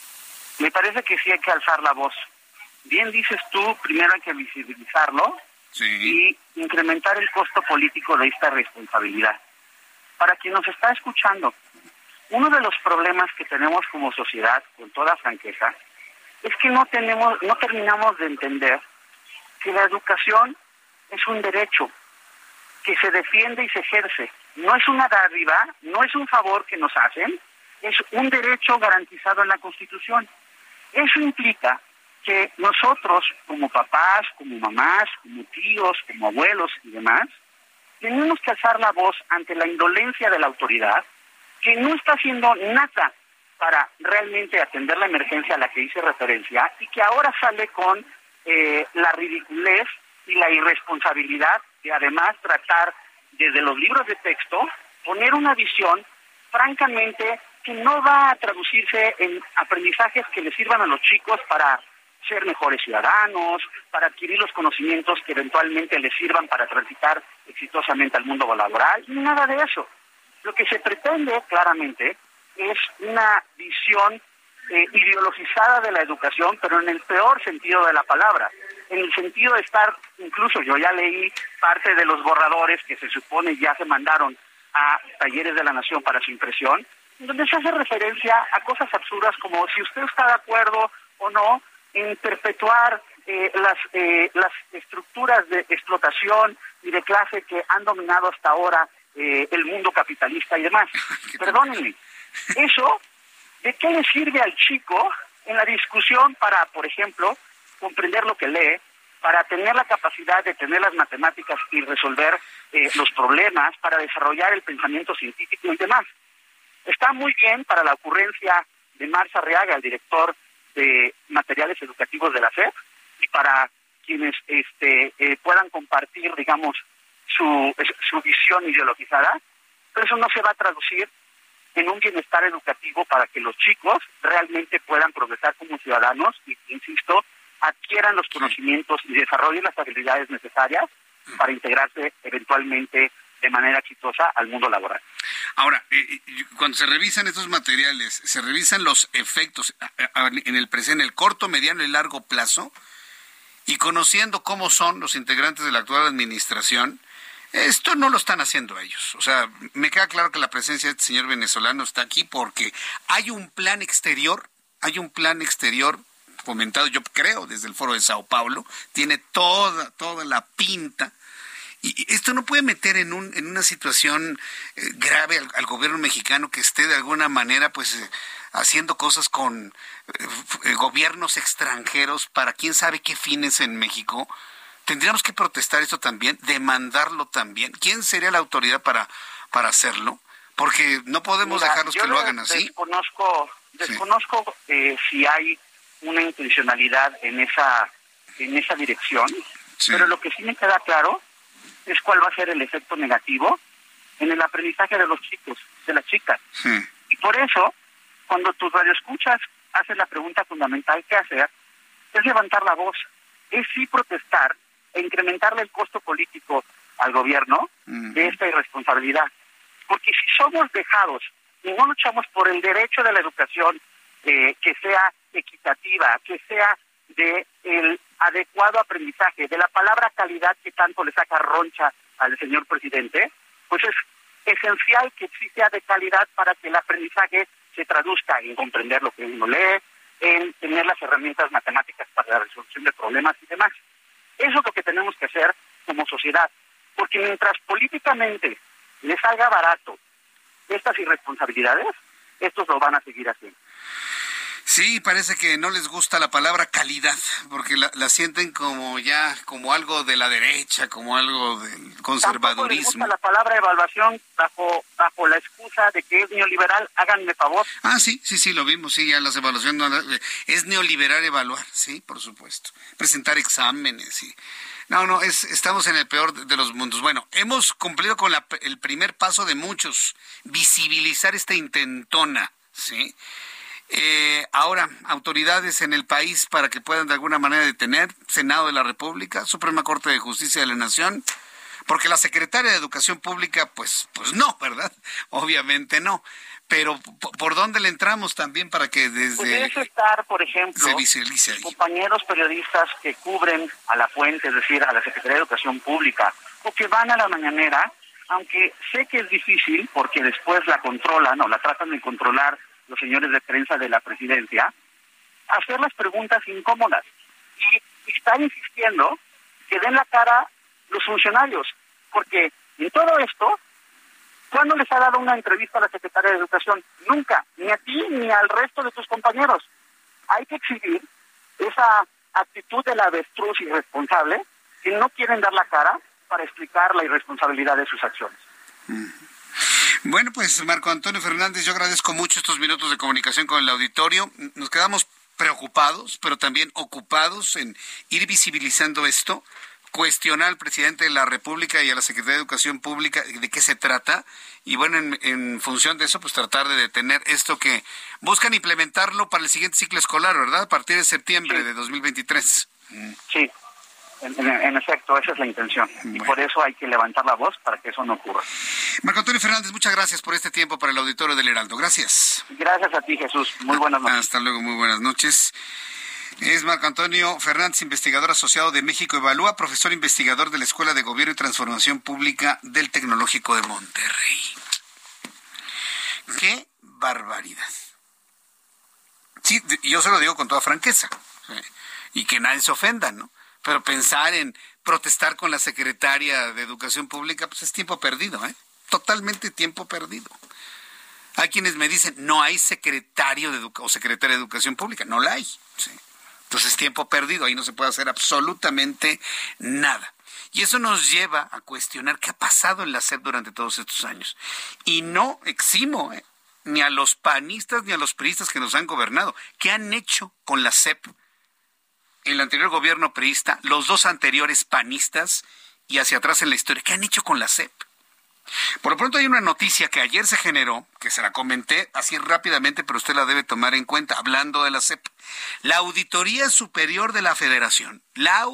Me parece que sí hay que alzar la voz. Bien dices tú, primero hay que visibilizarlo, sí, y incrementar el costo político de esta responsabilidad. Para quien nos está escuchando, uno de los problemas que tenemos como sociedad, con toda franqueza, es que no terminamos de entender que la educación es un derecho que se defiende y se ejerce. No es una dádiva, no es un favor que nos hacen, es un derecho garantizado en la Constitución. Eso implica que nosotros, como papás, como mamás, como tíos, como abuelos y demás, tenemos que alzar la voz ante la indolencia de la autoridad, que no está haciendo nada para realmente atender la emergencia a la que hice referencia, y que ahora sale con la ridiculez y la irresponsabilidad de además tratar desde los libros de texto, poner una visión francamente que no va a traducirse en aprendizajes que les sirvan a los chicos para ser mejores ciudadanos, para adquirir los conocimientos que eventualmente les sirvan para transitar exitosamente al mundo laboral, ni nada de eso. Lo que se pretende claramente es una visión ideologizada de la educación, pero en el peor sentido de la palabra, en el sentido de estar, incluso yo ya leí parte de los borradores que se supone ya se mandaron a Talleres de la Nación para su impresión, donde se hace referencia a cosas absurdas como si usted está de acuerdo o no en perpetuar las estructuras de explotación y de clase que han dominado hasta ahora el mundo capitalista y demás. Perdónenme, eso, ¿de qué le sirve al chico en la discusión para, por ejemplo, comprender lo que lee, para tener la capacidad de tener las matemáticas y resolver los problemas, para desarrollar el pensamiento científico y demás? Está muy bien para la ocurrencia de Marx Arriaga, el director de materiales educativos de la SEP, y para quienes puedan compartir, digamos, su visión ideologizada, pero eso no se va a traducir en un bienestar educativo para que los chicos realmente puedan progresar como ciudadanos y, insisto, adquieran los conocimientos y desarrollen las habilidades necesarias para integrarse eventualmente de manera exitosa al mundo laboral. Ahora, cuando se revisan estos materiales, se revisan los efectos en el corto, mediano y largo plazo, y conociendo cómo son los integrantes de la actual administración, esto no lo están haciendo ellos. O sea, me queda claro que la presencia de este señor venezolano está aquí porque hay un plan exterior fomentado, yo creo, desde el Foro de Sao Paulo, tiene toda la pinta. Y esto no puede meter en una situación grave al gobierno mexicano, que esté de alguna manera haciendo cosas con gobiernos extranjeros para quién sabe qué fines en México. Tendríamos que protestar esto también, demandarlo también. ¿Quién sería la autoridad para hacerlo? Porque no podemos dejarlos que lo hagan así. Desconozco si hay una intencionalidad en esa dirección, sí, pero lo que sí me queda claro es cuál va a ser el efecto negativo en el aprendizaje de los chicos, de las chicas. Sí. Y por eso, cuando tus radioescuchas hacen la pregunta fundamental, ¿qué hacer? Es levantar la voz, es sí protestar e incrementarle el costo político al gobierno de esta irresponsabilidad. Porque si somos dejados y no luchamos por el derecho de la educación que sea equitativa, que sea de el adecuado aprendizaje, de la palabra calidad que tanto le saca roncha al señor presidente, pues es esencial que sí sea de calidad para que el aprendizaje se traduzca en comprender lo que uno lee, en tener las herramientas matemáticas para la resolución de problemas y demás. Eso es lo que tenemos que hacer como sociedad, porque mientras políticamente le salga barato estas irresponsabilidades, estos lo van a seguir haciendo. Sí, parece que no les gusta la palabra calidad, porque la sienten como algo de la derecha, como algo del conservadurismo. Tampoco les gusta la palabra evaluación bajo la excusa de que es neoliberal, háganme favor. Ah, sí, lo vimos, sí, ya las evaluaciones, es neoliberal evaluar, sí, por supuesto. Presentar exámenes, sí. No, estamos en el peor de los mundos. Bueno, hemos cumplido con el primer paso de muchos, visibilizar esta intentona, ¿sí? Ahora, autoridades en el país para que puedan de alguna manera detener, Senado de la República, Suprema Corte de Justicia de la Nación, porque la Secretaria de Educación Pública, pues no, ¿verdad? Obviamente no. Pero ¿por dónde le entramos también para que desde... Pudiese estar, por ejemplo, se visualice ahí? Compañeros periodistas que cubren a la fuente, es decir, a la Secretaría de Educación Pública, o que van a la mañanera, aunque sé que es difícil porque después la controlan o la tratan de controlar los señores de prensa de la presidencia, hacer las preguntas incómodas y estar insistiendo que den la cara los funcionarios, porque en todo esto, ¿cuándo les ha dado una entrevista a la Secretaria de Educación? Nunca, ni a ti ni al resto de tus compañeros. Hay que exhibir esa actitud del avestruz irresponsable que no quieren dar la cara para explicar la irresponsabilidad de sus acciones. Bueno, pues Marco Antonio Fernández, yo agradezco mucho estos minutos de comunicación con el auditorio. Nos quedamos preocupados, pero también ocupados en ir visibilizando esto, cuestionar al presidente de la República y a la Secretaría de Educación Pública de qué se trata, y bueno, en función de eso, pues tratar de detener esto que buscan implementarlo para el siguiente ciclo escolar, ¿verdad? A partir de septiembre de 2023. Sí. En efecto, esa es la intención. Bueno. Y por eso hay que levantar la voz para que eso no ocurra. Marco Antonio Fernández, muchas gracias por este tiempo para el auditorio del Heraldo. Gracias. Gracias a ti, Jesús. Muy buenas noches. Hasta luego, muy buenas noches. Es Marco Antonio Fernández, investigador asociado de México Evalúa, profesor investigador de la Escuela de Gobierno y Transformación Pública del Tecnológico de Monterrey. ¡Qué barbaridad! Sí, yo se lo digo con toda franqueza, ¿sí? Y que nadie se ofenda, ¿no? Pero pensar en protestar con la secretaria de Educación Pública, pues es tiempo perdido, ¿eh? Totalmente tiempo perdido. Hay quienes me dicen, no hay secretario o secretaria de Educación Pública, no la hay, ¿sí? Entonces es tiempo perdido, ahí no se puede hacer absolutamente nada. Y eso nos lleva a cuestionar qué ha pasado en la SEP durante todos estos años. Y no eximo, ni a los panistas ni a los priistas que nos han gobernado. ¿Qué han hecho con la SEP? El anterior gobierno priista, los dos anteriores panistas y hacia atrás en la historia. ¿Qué han hecho con la SEP? Por lo pronto hay una noticia que ayer se generó, que se la comenté así rápidamente, pero usted la debe tomar en cuenta, hablando de la SEP. La Auditoría Superior de la Federación,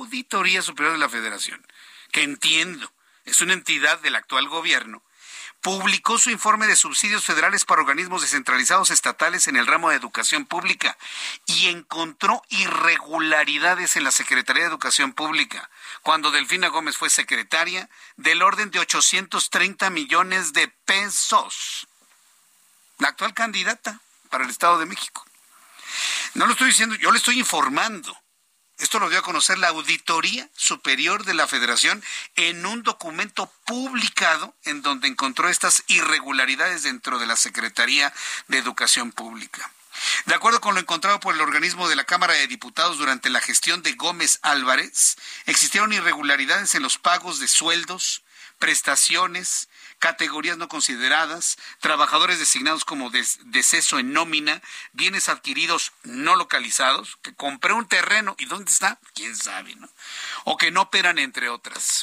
que entiendo, es una entidad del actual gobierno, publicó su informe de subsidios federales para organismos descentralizados estatales en el ramo de educación pública y encontró irregularidades en la Secretaría de Educación Pública, cuando Delfina Gómez fue secretaria, del orden de 830 millones de pesos. La actual candidata para el Estado de México. No lo estoy diciendo, yo le estoy informando. Esto lo dio a conocer la Auditoría Superior de la Federación en un documento publicado en donde encontró estas irregularidades dentro de la Secretaría de Educación Pública. De acuerdo con lo encontrado por el organismo de la Cámara de Diputados durante la gestión de Gómez Álvarez, existieron irregularidades en los pagos de sueldos, prestaciones, categorías no consideradas, trabajadores designados como deceso en nómina, bienes adquiridos no localizados, que compré un terreno y ¿dónde está? ¿Quién sabe, no? O que no operan, entre otras.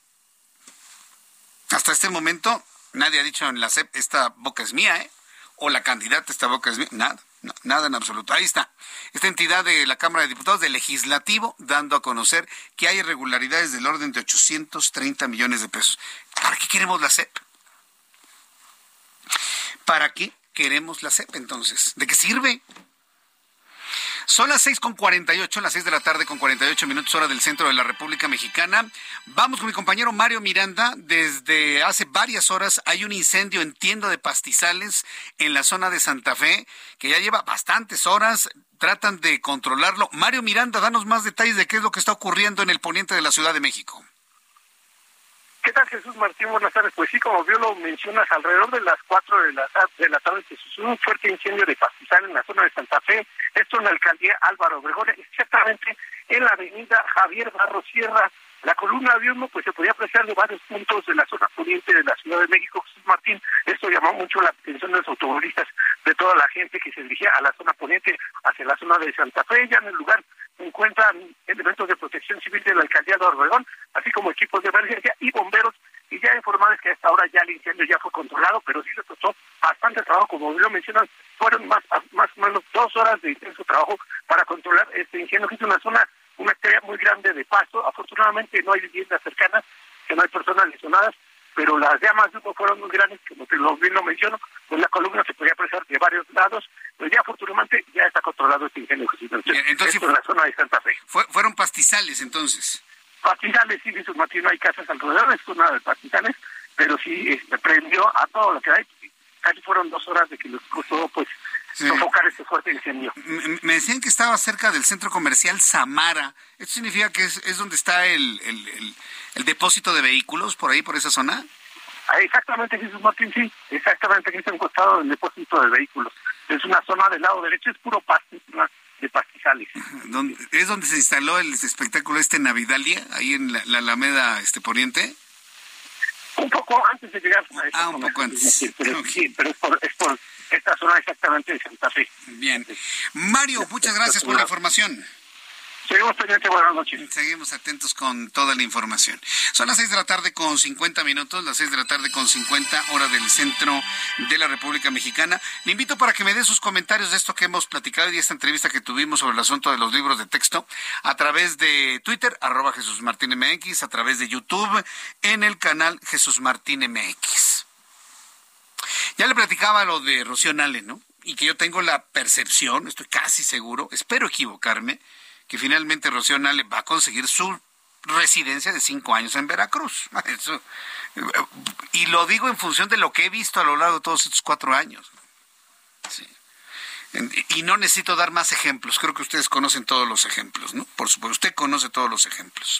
Hasta este momento nadie ha dicho en la SEP, esta boca es mía, o la candidata, esta boca es mía, nada. No, nada en absoluto. Ahí está. Esta entidad de la Cámara de Diputados, del Legislativo, dando a conocer que hay irregularidades del orden de 830 millones de pesos. ¿Para qué queremos la SEP? ¿Para qué queremos la SEP entonces? ¿De qué sirve? Son las 6:48, las 6 de la tarde con 48 minutos, hora del centro de la República Mexicana. Vamos con mi compañero Mario Miranda. Desde hace varias horas hay un incendio en tienda de pastizales en la zona de Santa Fe, que ya lleva bastantes horas. Tratan de controlarlo. Mario Miranda, danos más detalles de qué es lo que está ocurriendo en el poniente de la Ciudad de México. ¿Qué tal, Jesús Martín? Buenas tardes. Pues sí, como bien lo mencionas, alrededor de las 4 de la tarde se sucedió un fuerte incendio de pastizal en la zona de Santa Fe, esto en la alcaldía Álvaro Obregón, exactamente en la avenida Javier Barros Sierra. La columna de humo pues se podía apreciar de varios puntos de la zona poniente de la Ciudad de México, Jesús Martín. Esto llamó mucho la atención de los automovilistas, de toda la gente que se dirigía a la zona poniente, hacia la zona de Santa Fe. Ya en el lugar se encuentran elementos de protección civil de la alcaldía de Obregón, así como equipos de emergencia y bomberos, y ya informarles que a esta hora ya el incendio ya fue controlado, pero sí se costó bastante trabajo, como lo mencionan, fueron más o menos 2 horas de intenso trabajo para controlar este incendio, que es una área muy grande de paso. Afortunadamente no hay viviendas cercanas, que no hay personas lesionadas, pero las llamas de humo fueron muy grandes, como bien lo menciono, pues la columna se podía apreciar de varios lados, pero ya afortunadamente ya está controlado este incendio. Entonces, esto en la zona de Santa Fe. Fueron pastizales, entonces. Pastizales, sí, Jesús Martín, no hay casas alrededor, es zona de pastizales, pero sí prendió a todo lo que hay. Casi fueron 2 horas de que les costó, pues, sofocar este fuerte incendio. Me decían que estaba cerca del centro comercial Samara. ¿Esto significa que es donde está el depósito de vehículos, por ahí, por esa zona? Exactamente, Jesús Martín, sí. Exactamente, aquí está un costado del depósito de vehículos. Es una zona del lado derecho, es puro pasto, de pastizales. ¿Es donde se instaló el espectáculo Navidalia, ahí en la Alameda Poniente? Un poco antes de llegar a un poco antes. Pero, okay. Sí, pero es por esta zona exactamente de Santa Fe. Bien. Mario, muchas gracias por la información. Seguimos pendientes, buenas noches. Seguimos atentos con toda la información. Son las 6:50 p.m, las 6:50 p.m, hora del centro de la República Mexicana. Le invito para que me dé sus comentarios de esto que hemos platicado y de esta entrevista que tuvimos sobre el asunto de los libros de texto a través de Twitter, @JesúsMartínMX, a través de YouTube, en el canal Jesús Martín MX. Ya le platicaba lo de Rocío Nale, ¿no? Y que yo tengo la percepción, estoy casi seguro, espero equivocarme, que finalmente Rocío Nale va a conseguir su residencia de 5 años en Veracruz. Eso, y lo digo en función de lo que he visto a lo largo de todos estos 4 años. Sí. Y no necesito dar más ejemplos. Creo que ustedes conocen todos los ejemplos, ¿no? Por supuesto, usted conoce todos los ejemplos.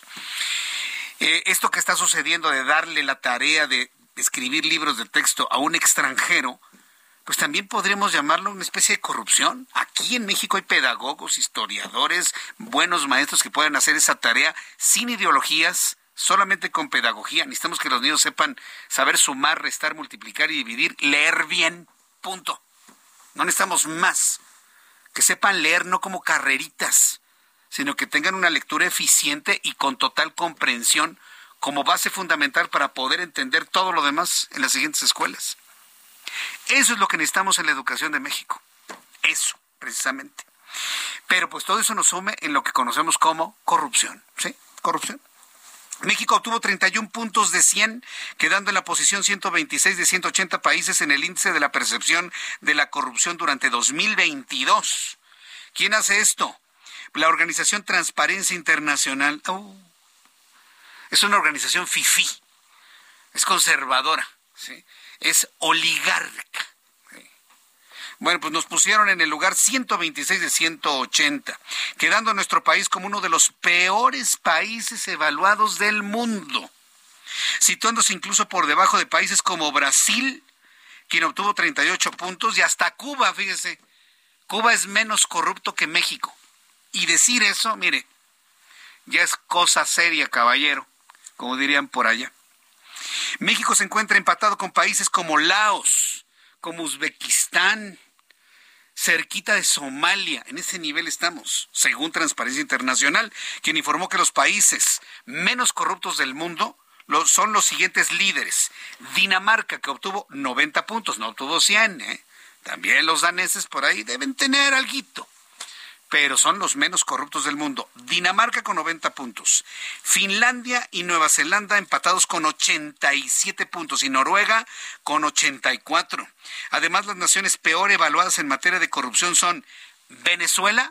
Esto que está sucediendo de darle la tarea de escribir libros de texto a un extranjero, pues también podríamos llamarlo una especie de corrupción. Aquí en México hay pedagogos, historiadores, buenos maestros que pueden hacer esa tarea sin ideologías, solamente con pedagogía. Necesitamos que los niños sepan saber sumar, restar, multiplicar y dividir, leer bien, punto. No necesitamos más. Que sepan leer no como carreritas, sino que tengan una lectura eficiente y con total comprensión como base fundamental para poder entender todo lo demás en las siguientes escuelas. Eso es lo que necesitamos en la educación de México. Eso, precisamente. Pero pues todo eso nos sume en lo que conocemos como corrupción. ¿Sí? Corrupción. México obtuvo 31 puntos de 100, quedando en la posición 126 de 180 países en el índice de la percepción de la corrupción durante 2022. ¿Quién hace esto? La organización Transparencia Internacional. Es una organización fifí. Es conservadora. ¿Sí? Es oligarca. Bueno, pues nos pusieron en el lugar 126 de 180, quedando nuestro país como uno de los peores países evaluados del mundo, situándose incluso por debajo de países como Brasil, quien obtuvo 38 puntos, y hasta Cuba, fíjese. Cuba es menos corrupto que México. Y decir eso, mire, ya es cosa seria, caballero, como dirían por allá. México se encuentra empatado con países como Laos, como Uzbekistán, cerquita de Somalia. En ese nivel estamos, según Transparencia Internacional, quien informó que los países menos corruptos del mundo son los siguientes líderes. Dinamarca, que obtuvo 90 puntos, no obtuvo 100, También los daneses por ahí deben tener alguito, pero son los menos corruptos del mundo. Dinamarca con 90 puntos. Finlandia y Nueva Zelanda empatados con 87 puntos. Y Noruega con 84. Además, las naciones peor evaluadas en materia de corrupción son Venezuela.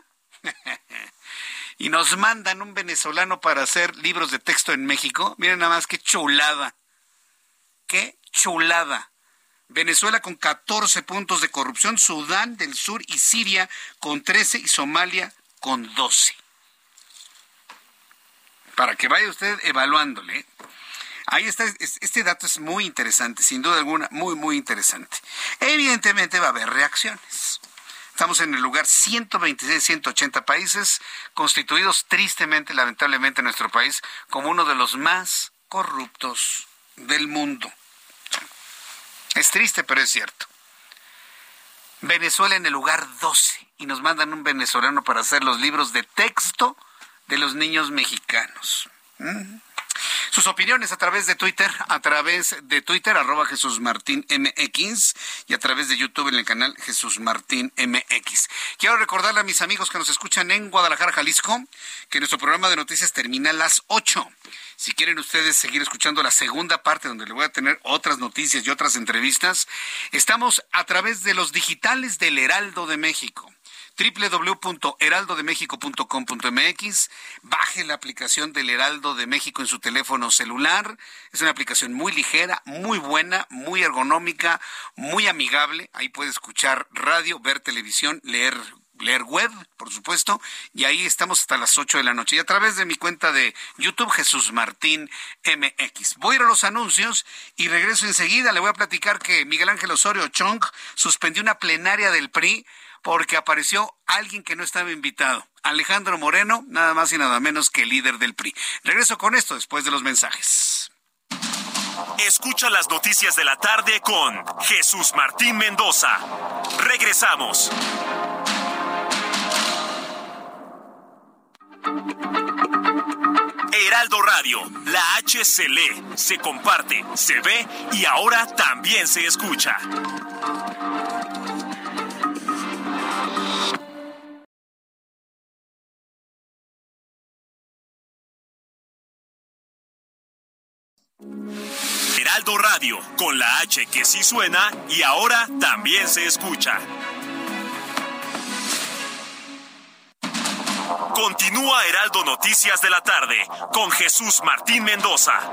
Y nos mandan un venezolano para hacer libros de texto en México. Miren nada más qué chulada. Qué chulada. Venezuela con 14 puntos de corrupción, Sudán del Sur y Siria con 13 y Somalia con 12. Para que vaya usted evaluándole. Ahí está, este dato es muy interesante, sin duda alguna, muy, muy interesante. Evidentemente va a haber reacciones. Estamos en el lugar 126, 180 países, constituidos tristemente, lamentablemente, en nuestro país como uno de los más corruptos del mundo. Es triste, pero es cierto. Venezuela en el lugar 12 y nos mandan un venezolano para hacer los libros de texto de los niños mexicanos. Sus opiniones a través de Twitter, @JesúsMartínMX y a través de YouTube en el canal Jesús Martín MX. Quiero recordarle a mis amigos que nos escuchan en Guadalajara, Jalisco, que nuestro programa de noticias termina a las 8. Si quieren ustedes seguir escuchando la segunda parte, donde le voy a tener otras noticias y otras entrevistas, estamos a través de los digitales del Heraldo de México. www.heraldodemexico.com.mx. Baje la aplicación del Heraldo de México en su teléfono celular. Es una aplicación muy ligera, muy buena, muy ergonómica, muy amigable. Ahí puede escuchar radio, ver televisión, leer web, por supuesto, y ahí estamos hasta las 8 de la noche. Y a través de mi cuenta de YouTube, Jesús Martín MX. Voy a ir a los anuncios y regreso enseguida. Le voy a platicar que Miguel Ángel Osorio Chong suspendió una plenaria del PRI porque apareció alguien que no estaba invitado. Alejandro Moreno, nada más y nada menos que el líder del PRI. Regreso con esto después de los mensajes. Escucha las noticias de la tarde con Jesús Martín Mendoza. Regresamos. Heraldo Radio, la H se lee, se comparte, se ve y ahora también se escucha. Heraldo Radio, con la H que sí suena y ahora también se escucha. Continúa Heraldo Noticias de la tarde con Jesús Martín Mendoza.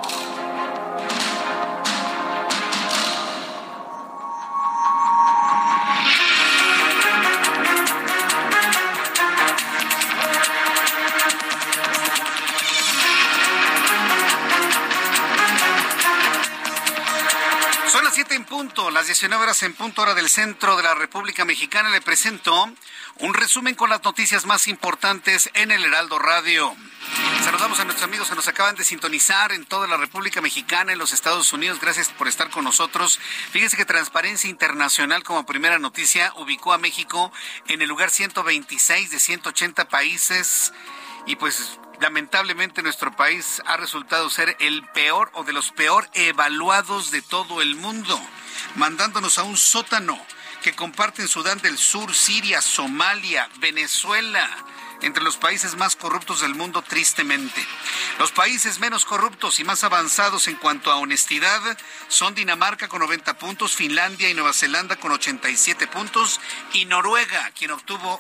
Son las 7 en punto, las 19 horas en punto, hora del centro de la República Mexicana. Le presento un resumen con las noticias más importantes en el Heraldo Radio. Saludamos a nuestros amigos que nos acaban de sintonizar en toda la República Mexicana, en los Estados Unidos. Gracias por estar con nosotros. Fíjense que Transparencia Internacional, como primera noticia, ubicó a México en el lugar 126 de 180 países. Y pues lamentablemente nuestro país ha resultado ser el peor o de los peor evaluados de todo el mundo, mandándonos a un sótano que comparten Sudán del Sur, Siria, Somalia, Venezuela, entre los países más corruptos del mundo, tristemente. Los países menos corruptos y más avanzados en cuanto a honestidad son Dinamarca con 90 puntos, Finlandia y Nueva Zelanda con 87 puntos y Noruega, quien obtuvo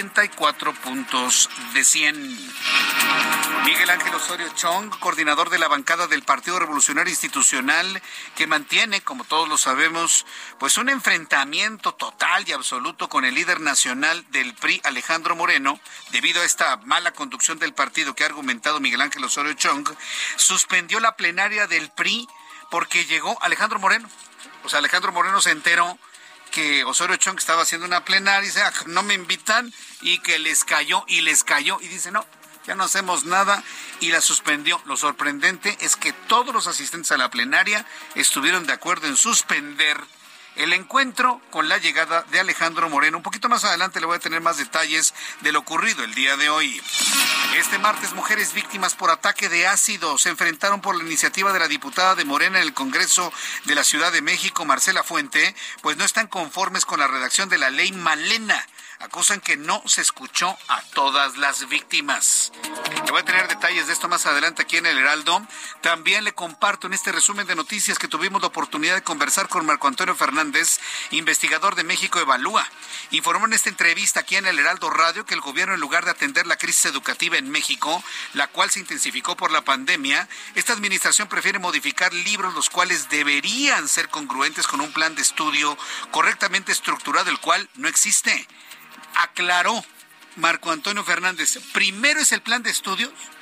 84 puntos de 100. Miguel Ángel Osorio Chong, coordinador de la bancada del Partido Revolucionario Institucional, que mantiene, como todos lo sabemos, pues un enfrentamiento total y absoluto con el líder nacional del PRI, Alejandro Moreno, debido a esta mala conducción del partido que ha argumentado Miguel Ángel Osorio Chong, suspendió la plenaria del PRI porque llegó Alejandro Moreno. O sea, Alejandro Moreno se enteró que Osorio Chong estaba haciendo una plenaria y dice, no me invitan, y que les cayó, y dice, no, ya no hacemos nada, y la suspendió. Lo sorprendente es que todos los asistentes a la plenaria estuvieron de acuerdo en suspender el encuentro con la llegada de Alejandro Moreno. Un poquito más adelante le voy a tener más detalles de lo ocurrido el día de hoy. Este martes, mujeres víctimas por ataque de ácido se enfrentaron por la iniciativa de la diputada de Morena en el Congreso de la Ciudad de México, Marcela Fuente, pues no están conformes con la redacción de la ley Malena. Acusan que no se escuchó a todas las víctimas. Le voy a tener detalles de esto más adelante aquí en el Heraldo. También le comparto en este resumen de noticias que tuvimos la oportunidad de conversar con Marco Antonio Fernández, investigador de México Evalúa. Informó en esta entrevista aquí en el Heraldo Radio que el gobierno, en lugar de atender la crisis educativa en México, la cual se intensificó por la pandemia, esta administración prefiere modificar libros los cuales deberían ser congruentes con un plan de estudio correctamente estructurado, el cual no existe. Aclaró Marco Antonio Fernández, primero es el plan de estudios,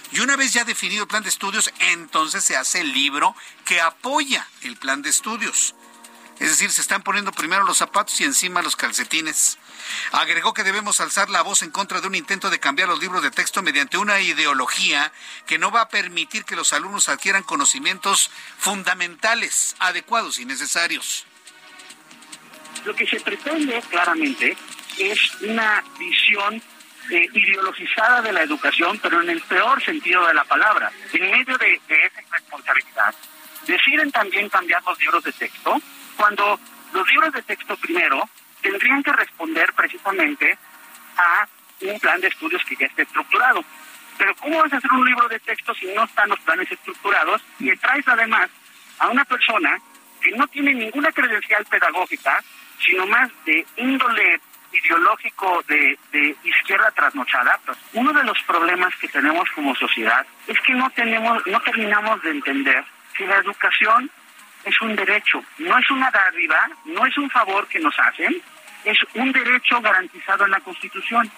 Y una vez ya definido el plan de estudios, entonces se hace el libro que apoya el plan de estudios. Es decir, se están poniendo primero los zapatos y encima los calcetines. Agregó que debemos alzar la voz en contra de un intento de cambiar los libros de texto mediante una ideología que no va a permitir que los alumnos adquieran conocimientos fundamentales, adecuados y necesarios. Lo que se pretende claramente es una visión ideologizada de la educación, pero en el peor sentido de la palabra. En medio de esa irresponsabilidad, deciden también cambiar los libros de texto, cuando los libros de texto primero tendrían que responder precisamente a un plan de estudios que ya esté estructurado. Pero ¿cómo vas a hacer un libro de texto si no están los planes estructurados? Y traes además a una persona que no tiene ninguna credencial pedagógica, sino más de índole ideológico de izquierda trasnochada. Uno de los problemas que tenemos como sociedad es que no terminamos de entender que la educación es un derecho, no es una dádiva, no es un favor que nos hacen, es un derecho garantizado en la Constitución.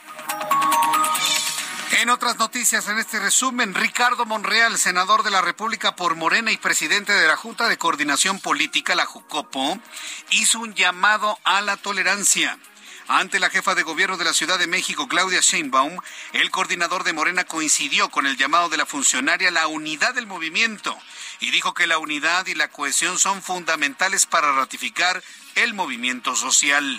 En otras noticias, en este resumen, Ricardo Monreal, senador de la República por Morena y presidente de la Junta de Coordinación Política, la JUCOPO, hizo un llamado a la tolerancia. Ante la jefa de gobierno de la Ciudad de México, Claudia Sheinbaum, el coordinador de Morena coincidió con el llamado de la funcionaria a la unidad del movimiento y dijo que la unidad y la cohesión son fundamentales para ratificar el movimiento social.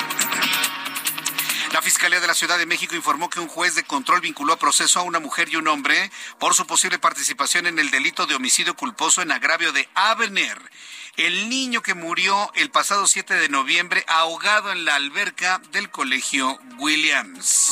La Fiscalía de la Ciudad de México informó que un juez de control vinculó a proceso a una mujer y un hombre por su posible participación en el delito de homicidio culposo en agravio de Abner, el niño que murió el pasado 7 de noviembre ahogado en la alberca del Colegio Williams.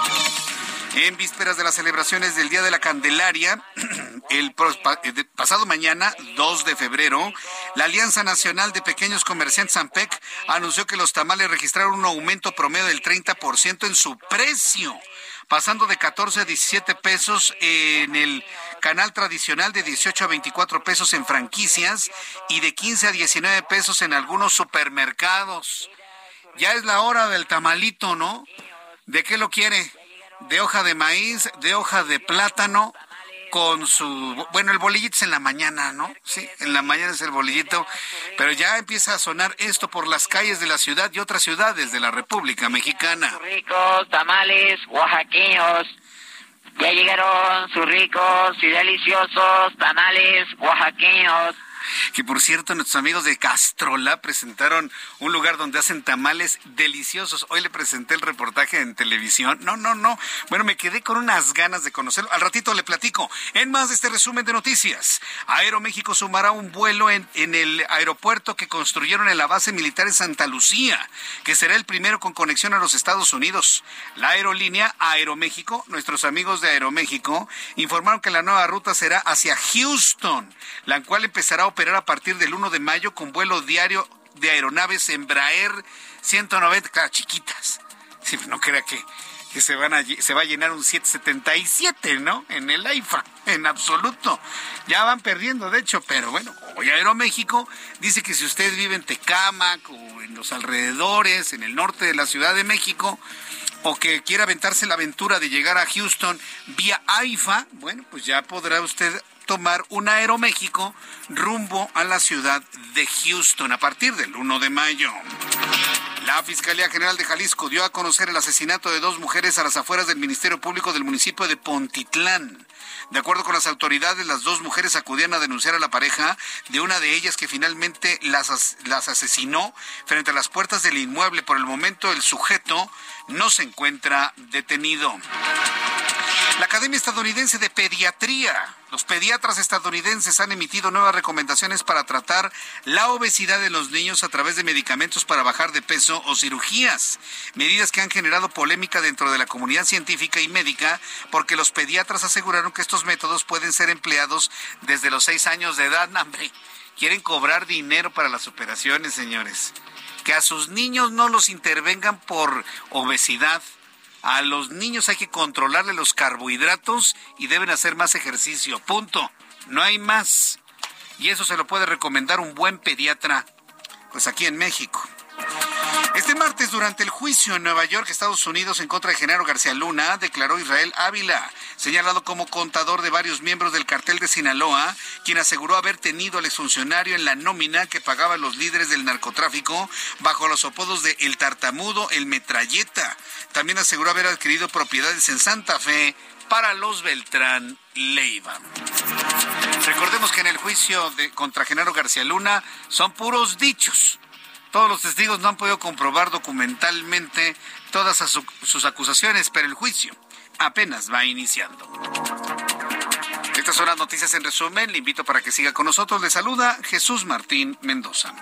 En vísperas de las celebraciones del Día de la Candelaria, el pasado mañana, 2 de febrero, la Alianza Nacional de Pequeños Comerciantes ANPEC anunció que los tamales registraron un aumento promedio del 30% en su precio, pasando de 14 a 17 pesos en el canal tradicional, de 18 a 24 pesos en franquicias y de 15 a 19 pesos en algunos supermercados. Ya es la hora del tamalito, ¿no? ¿De qué lo quiere? De hoja de maíz, de hoja de plátano, con su... Bueno, el bolillito es en la mañana, ¿no? Sí, en la mañana es el bolillito, pero ya empieza a sonar esto por las calles de la ciudad y otras ciudades de la República Mexicana. Ricos tamales oaxaqueños, ya llegaron sus ricos y deliciosos tamales oaxaqueños. Que por cierto, nuestros amigos de Castrola presentaron un lugar donde hacen tamales deliciosos. Hoy le presenté el reportaje en televisión. No. Bueno, me quedé con unas ganas de conocerlo. Al ratito le platico. En más de este resumen de noticias, Aeroméxico sumará un vuelo en el aeropuerto que construyeron en la base militar en Santa Lucía, que será el primero con conexión a los Estados Unidos. La aerolínea Aeroméxico, nuestros amigos de Aeroméxico, informaron que la nueva ruta será hacia Houston, la cual empezará a operar a partir del 1 de mayo con vuelo diario de aeronaves Embraer 190, claro, chiquitas. Sí, no crea que se va a llenar un 777, ¿no? En el AIFA, en absoluto. Ya van perdiendo, de hecho, pero bueno, hoy Aeroméxico dice que si usted vive en Tecámac o en los alrededores, en el norte de la Ciudad de México, o que quiera aventarse la aventura de llegar a Houston vía AIFA, bueno, pues ya podrá usted tomar un Aeroméxico rumbo a la ciudad de Houston a partir del 1 de mayo. La Fiscalía General de Jalisco dio a conocer el asesinato de 2 mujeres a las afueras del Ministerio Público del municipio de Pontitlán. De acuerdo con las autoridades, las 2 mujeres acudían a denunciar a la pareja de una de ellas que finalmente las asesinó frente a las puertas del inmueble. Por el momento, el sujeto no se encuentra detenido. La Academia Estadounidense de Pediatría. Los pediatras estadounidenses han emitido nuevas recomendaciones para tratar la obesidad en los niños a través de medicamentos para bajar de peso o cirugías. Medidas que han generado polémica dentro de la comunidad científica y médica porque los pediatras aseguraron que estos métodos pueden ser empleados desde los 6 años de edad. ¡Hombre! Quieren cobrar dinero para las operaciones, señores. Que a sus niños no los intervengan por obesidad. A los niños hay que controlarle los carbohidratos y deben hacer más ejercicio. Punto. No hay más. Y eso se lo puede recomendar un buen pediatra, pues aquí en México. Este martes, durante el juicio en Nueva York, Estados Unidos, en contra de Genaro García Luna, declaró Israel Ávila, señalado como contador de varios miembros del cartel de Sinaloa, quien aseguró haber tenido al exfuncionario en la nómina que pagaba a los líderes del narcotráfico bajo los apodos de El Tartamudo, El Metralleta. También aseguró haber adquirido propiedades en Santa Fe para los Beltrán Leiva. Recordemos que en el juicio contra Genaro García Luna son puros dichos. Todos los testigos no han podido comprobar documentalmente todas sus acusaciones, pero el juicio apenas va iniciando. Estas son las noticias en resumen. Le invito para que siga con nosotros. Le saluda Jesús Martín Mendoza.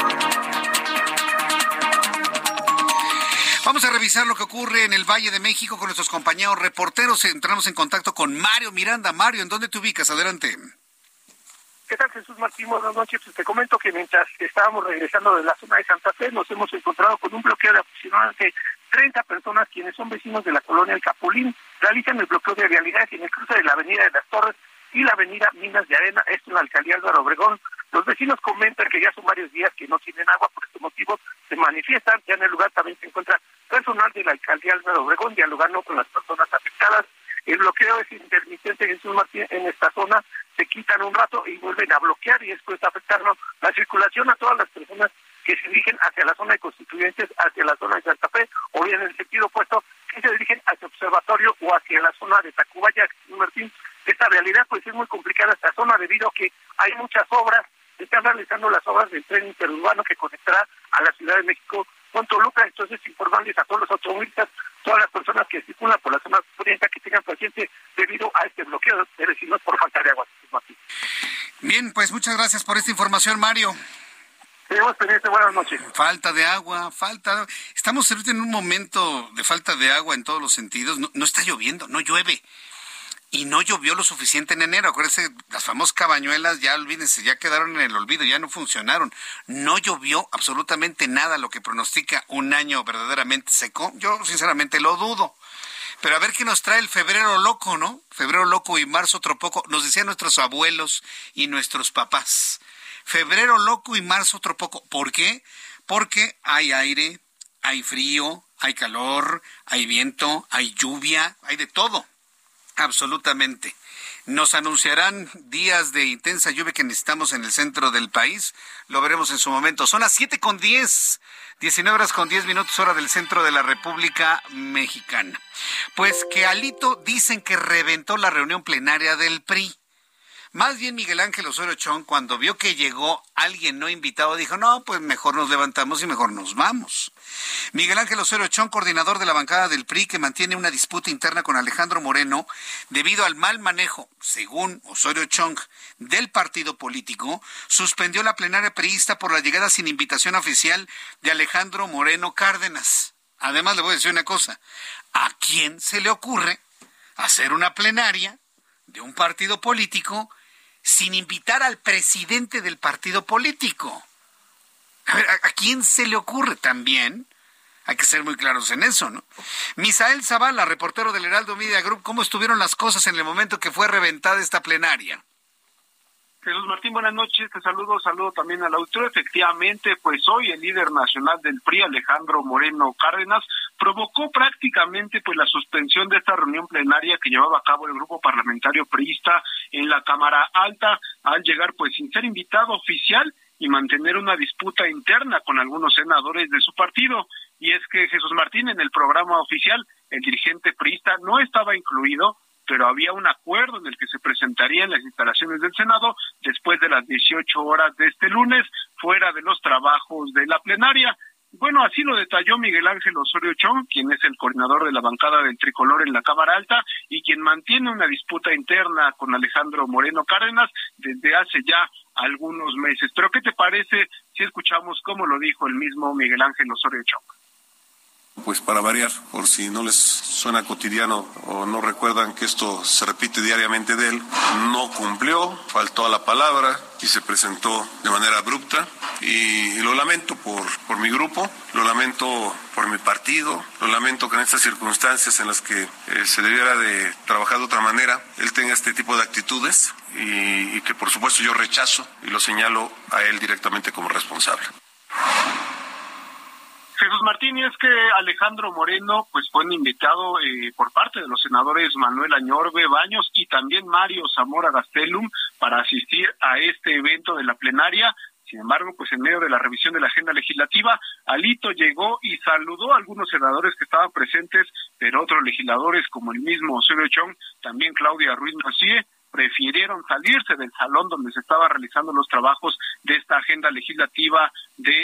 Vamos a revisar lo que ocurre en el Valle de México con nuestros compañeros reporteros. Entramos en contacto con Mario Miranda. Mario, ¿en dónde te ubicas? Adelante. ¿Qué tal, Jesús Martín? Buenas noches. Pues te comento que mientras estábamos regresando de la zona de Santa Fe, nos hemos encontrado con un bloqueo de aproximadamente 30 personas, quienes son vecinos de la colonia El Capulín. Realizan el bloqueo de vialidad en el cruce de la avenida de las Torres y la avenida Minas de Arena, esto en la alcaldía Álvaro Obregón. Los vecinos comentan que ya son varios días que no tienen agua, por este motivo se manifiestan. Ya en el lugar también se encuentra personal de la alcaldía Álvaro Obregón dialogando con las personas afectadas. El bloqueo es intermitente, Jesús Martín, en esta zona. Se quitan un rato y vuelven a bloquear, y esto está afectando la circulación a todas las personas que se dirigen hacia la zona de Constituyentes, hacia la zona de Santa Fe, o bien en el sentido opuesto, que se dirigen hacia Observatorio o hacia la zona de Tacubaya. Jesús Martín, esta realidad pues es muy complicada esta zona debido a que hay muchas obras. Se están realizando las obras del tren interurbano que conectará a la Ciudad de México con Toluca. Entonces, informarles a todos los automovilistas, todas las personas que circulan por la zona oriental, que tengan paciencia debido a este bloqueo de vecinos por falta de agua. Bien, pues muchas gracias por esta información, Mario. Tenemos pendiente, buenas noches. Falta de agua. Estamos en un momento de falta de agua en todos los sentidos. No está lloviendo, no llueve. Y no llovió lo suficiente en enero. Acuérdense, las famosas cabañuelas, ya olvídense, ya quedaron en el olvido, ya no funcionaron. No llovió absolutamente nada, lo que pronostica un año verdaderamente seco. Yo sinceramente lo dudo. Pero a ver qué nos trae el febrero loco, ¿no? Febrero loco y marzo otro poco. Nos decían nuestros abuelos y nuestros papás. Febrero loco y marzo otro poco. ¿Por qué? Porque hay aire, hay frío, hay calor, hay viento, hay lluvia, hay de todo. Absolutamente. Nos anunciarán días de intensa lluvia que necesitamos en el centro del país. Lo veremos en su momento. Son las 7:10, 19:10, hora del centro de la República Mexicana. Pues que Alito dicen que reventó la reunión plenaria del PRI. Más bien Miguel Ángel Osorio Chong, cuando vio que llegó alguien no invitado, dijo, no, pues mejor nos levantamos y mejor nos vamos. Miguel Ángel Osorio Chong, coordinador de la bancada del PRI, que mantiene una disputa interna con Alejandro Moreno, debido al mal manejo, según Osorio Chong, del partido político, suspendió la plenaria priista por la llegada sin invitación oficial de Alejandro Moreno Cárdenas. Además, le voy a decir una cosa, ¿a quién se le ocurre hacer una plenaria de un partido político sin invitar al presidente del partido político? A ver, ¿a quién se le ocurre? También hay que ser muy claros en eso, ¿no? Misael Zavala, reportero del Heraldo Media Group, ¿cómo estuvieron las cosas en el momento que fue reventada esta plenaria? Jesús Martín, buenas noches, te saludo también al autor. Efectivamente, pues hoy el líder nacional del PRI, Alejandro Moreno Cárdenas, provocó prácticamente pues la suspensión de esta reunión plenaria que llevaba a cabo el grupo parlamentario priista en la Cámara Alta, al llegar pues sin ser invitado oficial y mantener una disputa interna con algunos senadores de su partido. Y es que, Jesús Martín, en el programa oficial, el dirigente priista no estaba incluido, pero había un acuerdo en el que se presentaría en las instalaciones del Senado después de las 18 horas de este lunes, fuera de los trabajos de la plenaria. Bueno, así lo detalló Miguel Ángel Osorio Chong, quien es el coordinador de la bancada del Tricolor en la Cámara Alta y quien mantiene una disputa interna con Alejandro Moreno Cárdenas desde hace ya algunos meses. Pero ¿qué te parece si escuchamos cómo lo dijo el mismo Miguel Ángel Osorio Chong? Pues para variar, por si no les suena cotidiano o no recuerdan que esto se repite diariamente de él, no cumplió, faltó a la palabra y se presentó de manera abrupta y lo lamento por mi grupo, lo lamento por mi partido, lo lamento que en estas circunstancias en las que se debiera de trabajar de otra manera, él tenga este tipo de actitudes y que por supuesto yo rechazo y lo señalo a él directamente como responsable. Jesús Martín, y es que Alejandro Moreno pues fue invitado por parte de los senadores Manuel Añorbe Baños y también Mario Zamora Gastelum para asistir a este evento de la plenaria. Sin embargo, pues en medio de la revisión de la agenda legislativa, Alito llegó y saludó a algunos senadores que estaban presentes, pero otros legisladores como el mismo Osorio Chong, también Claudia Ruiz Massieu, prefirieron salirse del salón donde se estaban realizando los trabajos de esta agenda legislativa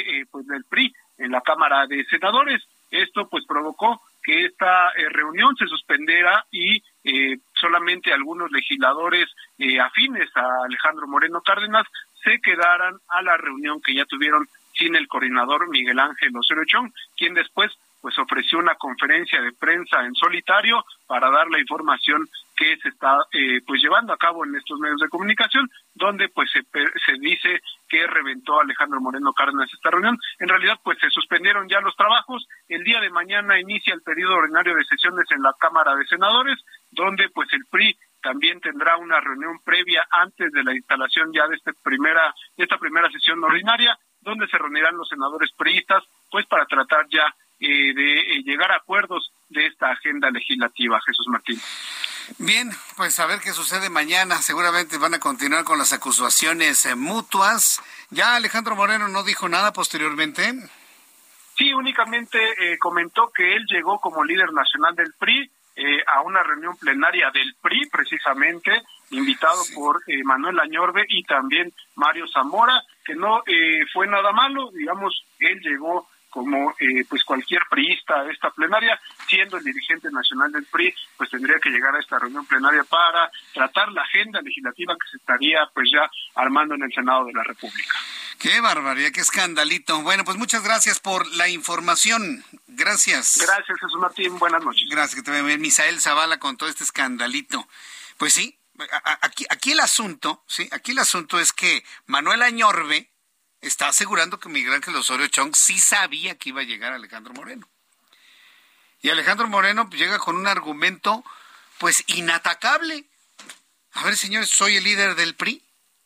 del PRI en la Cámara de Senadores. Esto pues provocó que esta reunión se suspendiera y solamente algunos legisladores afines a Alejandro Moreno Cárdenas se quedaran a la reunión que ya tuvieron sin el coordinador Miguel Ángel Osorio Chong, quien después pues ofreció una conferencia de prensa en solitario para dar la información que se está pues llevando a cabo en estos medios de comunicación, donde pues se dice que reventó Alejandro Moreno Cárdenas esta reunión. En realidad pues se suspendieron ya los trabajos. El día de mañana inicia el periodo ordinario de sesiones en la Cámara de Senadores, donde pues el PRI también tendrá una reunión previa antes de la instalación ya de esta primera sesión ordinaria, donde se reunirán los senadores priistas pues para tratar ya de llegar a acuerdos de esta agenda legislativa, Jesús Martín. Bien, pues a ver qué sucede mañana. Seguramente van a continuar con las acusaciones mutuas. ¿Ya Alejandro Moreno no dijo nada posteriormente? Sí, únicamente comentó que él llegó como líder nacional del PRI a una reunión plenaria del PRI, precisamente, invitado por Manuel Añorbe y también Mario Zamora, que no fue nada malo. Digamos, él llegó como pues cualquier priista a esta plenaria, siendo el dirigente nacional del PRI, pues tendría que llegar a esta reunión plenaria para tratar la agenda legislativa que se estaría pues ya armando en el Senado de la República. ¡Qué barbaridad, qué escandalito! Bueno, pues muchas gracias por la información. Gracias. Gracias, Jesús Martín. Buenas noches. Gracias, que te vea bien. Misael Zavala con todo este escandalito. Pues sí, aquí el asunto es que Manuel Añorbe está asegurando que Miguel Ángel Osorio Chong sí sabía que iba a llegar Alejandro Moreno. Y Alejandro Moreno pues, llega con un argumento pues inatacable. A ver, señores, soy el líder del PRI.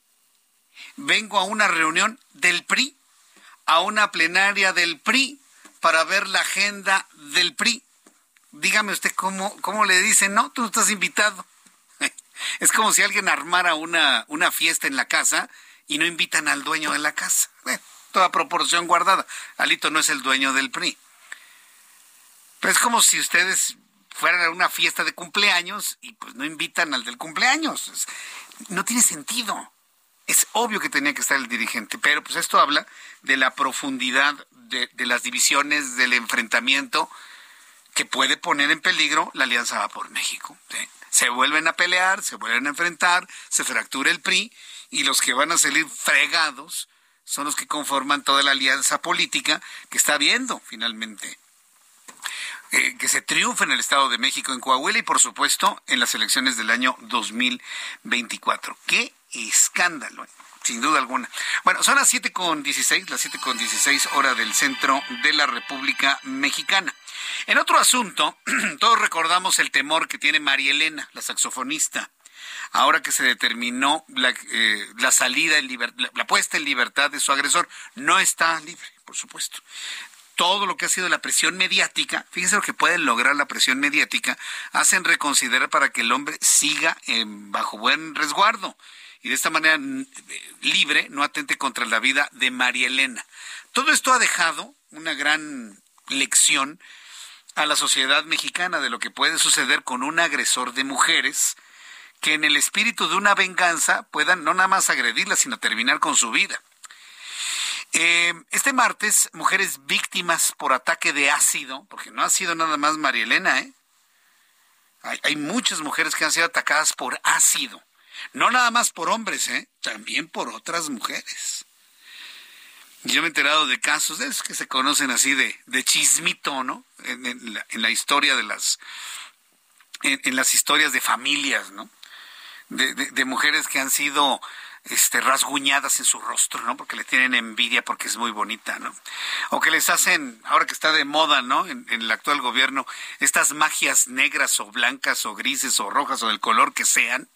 Vengo a una reunión del PRI, a una plenaria del PRI, para ver la agenda del PRI. Dígame usted cómo le dicen, no, tú no estás invitado. Es como si alguien armara una fiesta en la casa y no invitan al dueño de la casa. Toda proporción guardada. Alito no es el dueño del PRI. Pero es como si ustedes fueran a una fiesta de cumpleaños y pues no invitan al del cumpleaños. No tiene sentido. Es obvio que tenía que estar el dirigente, pero pues esto habla de la profundidad de las divisiones, del enfrentamiento que puede poner en peligro la Alianza Va por México. ¿Sí? Se vuelven a pelear, se vuelven a enfrentar, se fractura el PRI y los que van a salir fregados son los que conforman toda la alianza política que está viendo finalmente que se triunfa en el Estado de México, en Coahuila y por supuesto en las elecciones del año 2024. ¡Qué escándalo! Sin duda alguna. Bueno, son las 7:16 hora del centro de la República Mexicana. En otro asunto, todos recordamos el temor que tiene María Elena, la saxofonista, ahora que se determinó la salida, la puesta en libertad de su agresor. No está libre, por supuesto. Todo lo que ha sido la presión mediática, fíjense lo que pueden lograr la presión mediática, hacen reconsiderar para que el hombre siga bajo buen resguardo y de esta manera libre no atente contra la vida de María Elena. Todo esto ha dejado una gran lección a la sociedad mexicana de lo que puede suceder con un agresor de mujeres que en el espíritu de una venganza puedan no nada más agredirla, sino terminar con su vida. Este martes, mujeres víctimas por ataque de ácido, porque no ha sido nada más María Elena, hay muchas mujeres que han sido atacadas por ácido, no nada más por hombres, también por otras mujeres. Yo me he enterado de casos de esos que se conocen así de chismito, ¿no? En la historia de en las historias de familias, ¿no? De mujeres que han sido rasguñadas en su rostro, ¿no? Porque le tienen envidia porque es muy bonita, ¿no? O que les hacen, ahora que está de moda, ¿no? En el actual gobierno, estas magias negras o blancas o grises o rojas o del color que sean,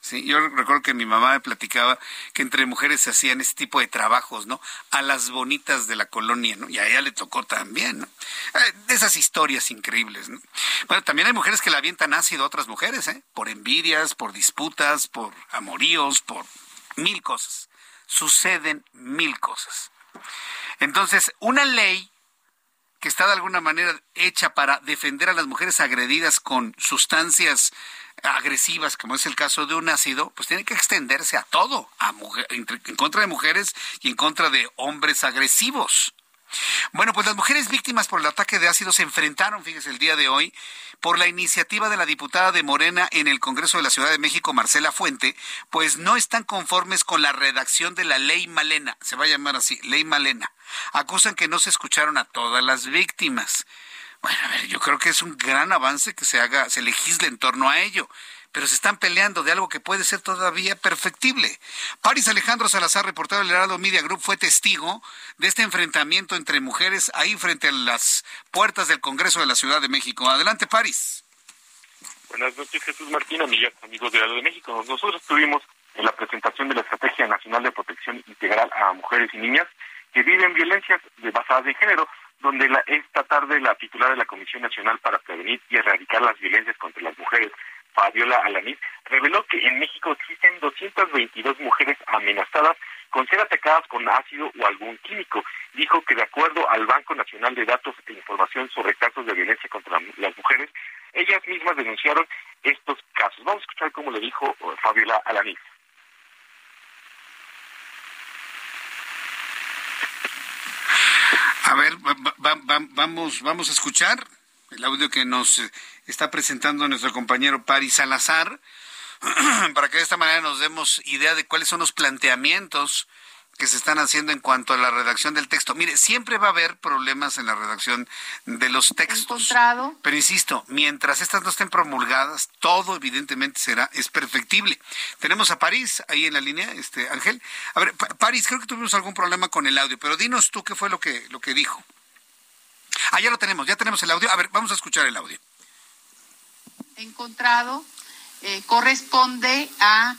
Sí, yo recuerdo que mi mamá me platicaba que entre mujeres se hacían este tipo de trabajos, ¿no? A las bonitas de la colonia, ¿no? Y a ella le tocó también, ¿no? Esas historias increíbles, ¿no? Bueno, también hay mujeres que le avientan ácido a otras mujeres, ¿eh? Por envidias, por disputas, por amoríos, por mil cosas. Suceden mil cosas. Entonces, una ley que está de alguna manera hecha para defender a las mujeres agredidas con sustancias agresivas, como es el caso de un ácido, pues tiene que extenderse a todo, en contra de mujeres y en contra de hombres agresivos. Bueno, pues las mujeres víctimas por el ataque de ácido se enfrentaron, fíjese, el día de hoy, por la iniciativa de la diputada de Morena en el Congreso de la Ciudad de México, Marcela Fuente, pues no están conformes con la redacción de la Ley Malena, se va a llamar así, Ley Malena. Acusan que no se escucharon a todas las víctimas. Bueno, a ver, yo creo que es un gran avance que se legisle en torno a ello, pero se están peleando de algo que puede ser todavía perfectible. Paris Alejandro Salazar, reportero del Heraldo Media Group, fue testigo de este enfrentamiento entre mujeres ahí frente a las puertas del Congreso de la Ciudad de México. Adelante, Paris. Buenas noches, Jesús Martín, amigas, amigos del Heraldo de México. Nosotros estuvimos en la presentación de la Estrategia Nacional de Protección Integral a Mujeres y Niñas que viven violencias basadas en género, donde esta tarde la titular de la Comisión Nacional para Prevenir y Erradicar las Violencias contra las Mujeres, Fabiola Alanís, reveló que en México existen 222 mujeres amenazadas con ser atacadas con ácido o algún químico. Dijo que de acuerdo al Banco Nacional de Datos e Información sobre casos de violencia contra las mujeres, ellas mismas denunciaron estos casos. Vamos a escuchar cómo le dijo Fabiola Alanís. A ver, vamos a escuchar el audio que nos está presentando nuestro compañero Paris Salazar, para que de esta manera nos demos idea de cuáles son los planteamientos que se están haciendo en cuanto a la redacción del texto. Mire, siempre va a haber problemas en la redacción de los textos. Pero insisto, mientras estas no estén promulgadas, todo evidentemente es perfectible. Tenemos a París ahí en la línea, Ángel. A ver, París, creo que tuvimos algún problema con el audio, pero dinos tú qué fue lo que dijo. Ya tenemos el audio. A ver, vamos a escuchar el audio. Encontrado corresponde a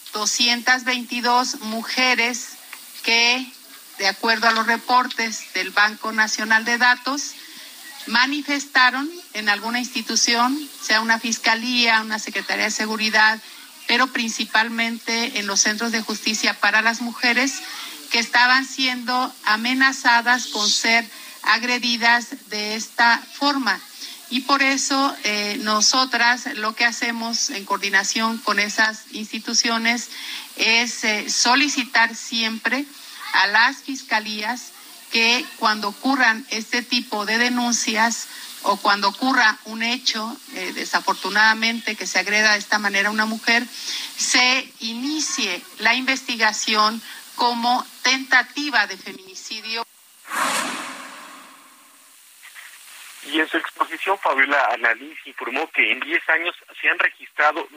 222 mujeres que, de acuerdo a los reportes del Banco Nacional de Datos, manifestaron en alguna institución, sea una fiscalía, una secretaría de seguridad, pero principalmente en los centros de justicia para las mujeres, que estaban siendo amenazadas con ser agredidas de esta forma. Y por eso nosotras lo que hacemos en coordinación con esas instituciones es solicitar siempre a las fiscalías que cuando ocurran este tipo de denuncias o cuando ocurra un hecho, desafortunadamente, que se agreda de esta manera a una mujer, se inicie la investigación como tentativa de feminicidio. Y en su exposición, Fabiola Alanís informó que en 10 años se han registrado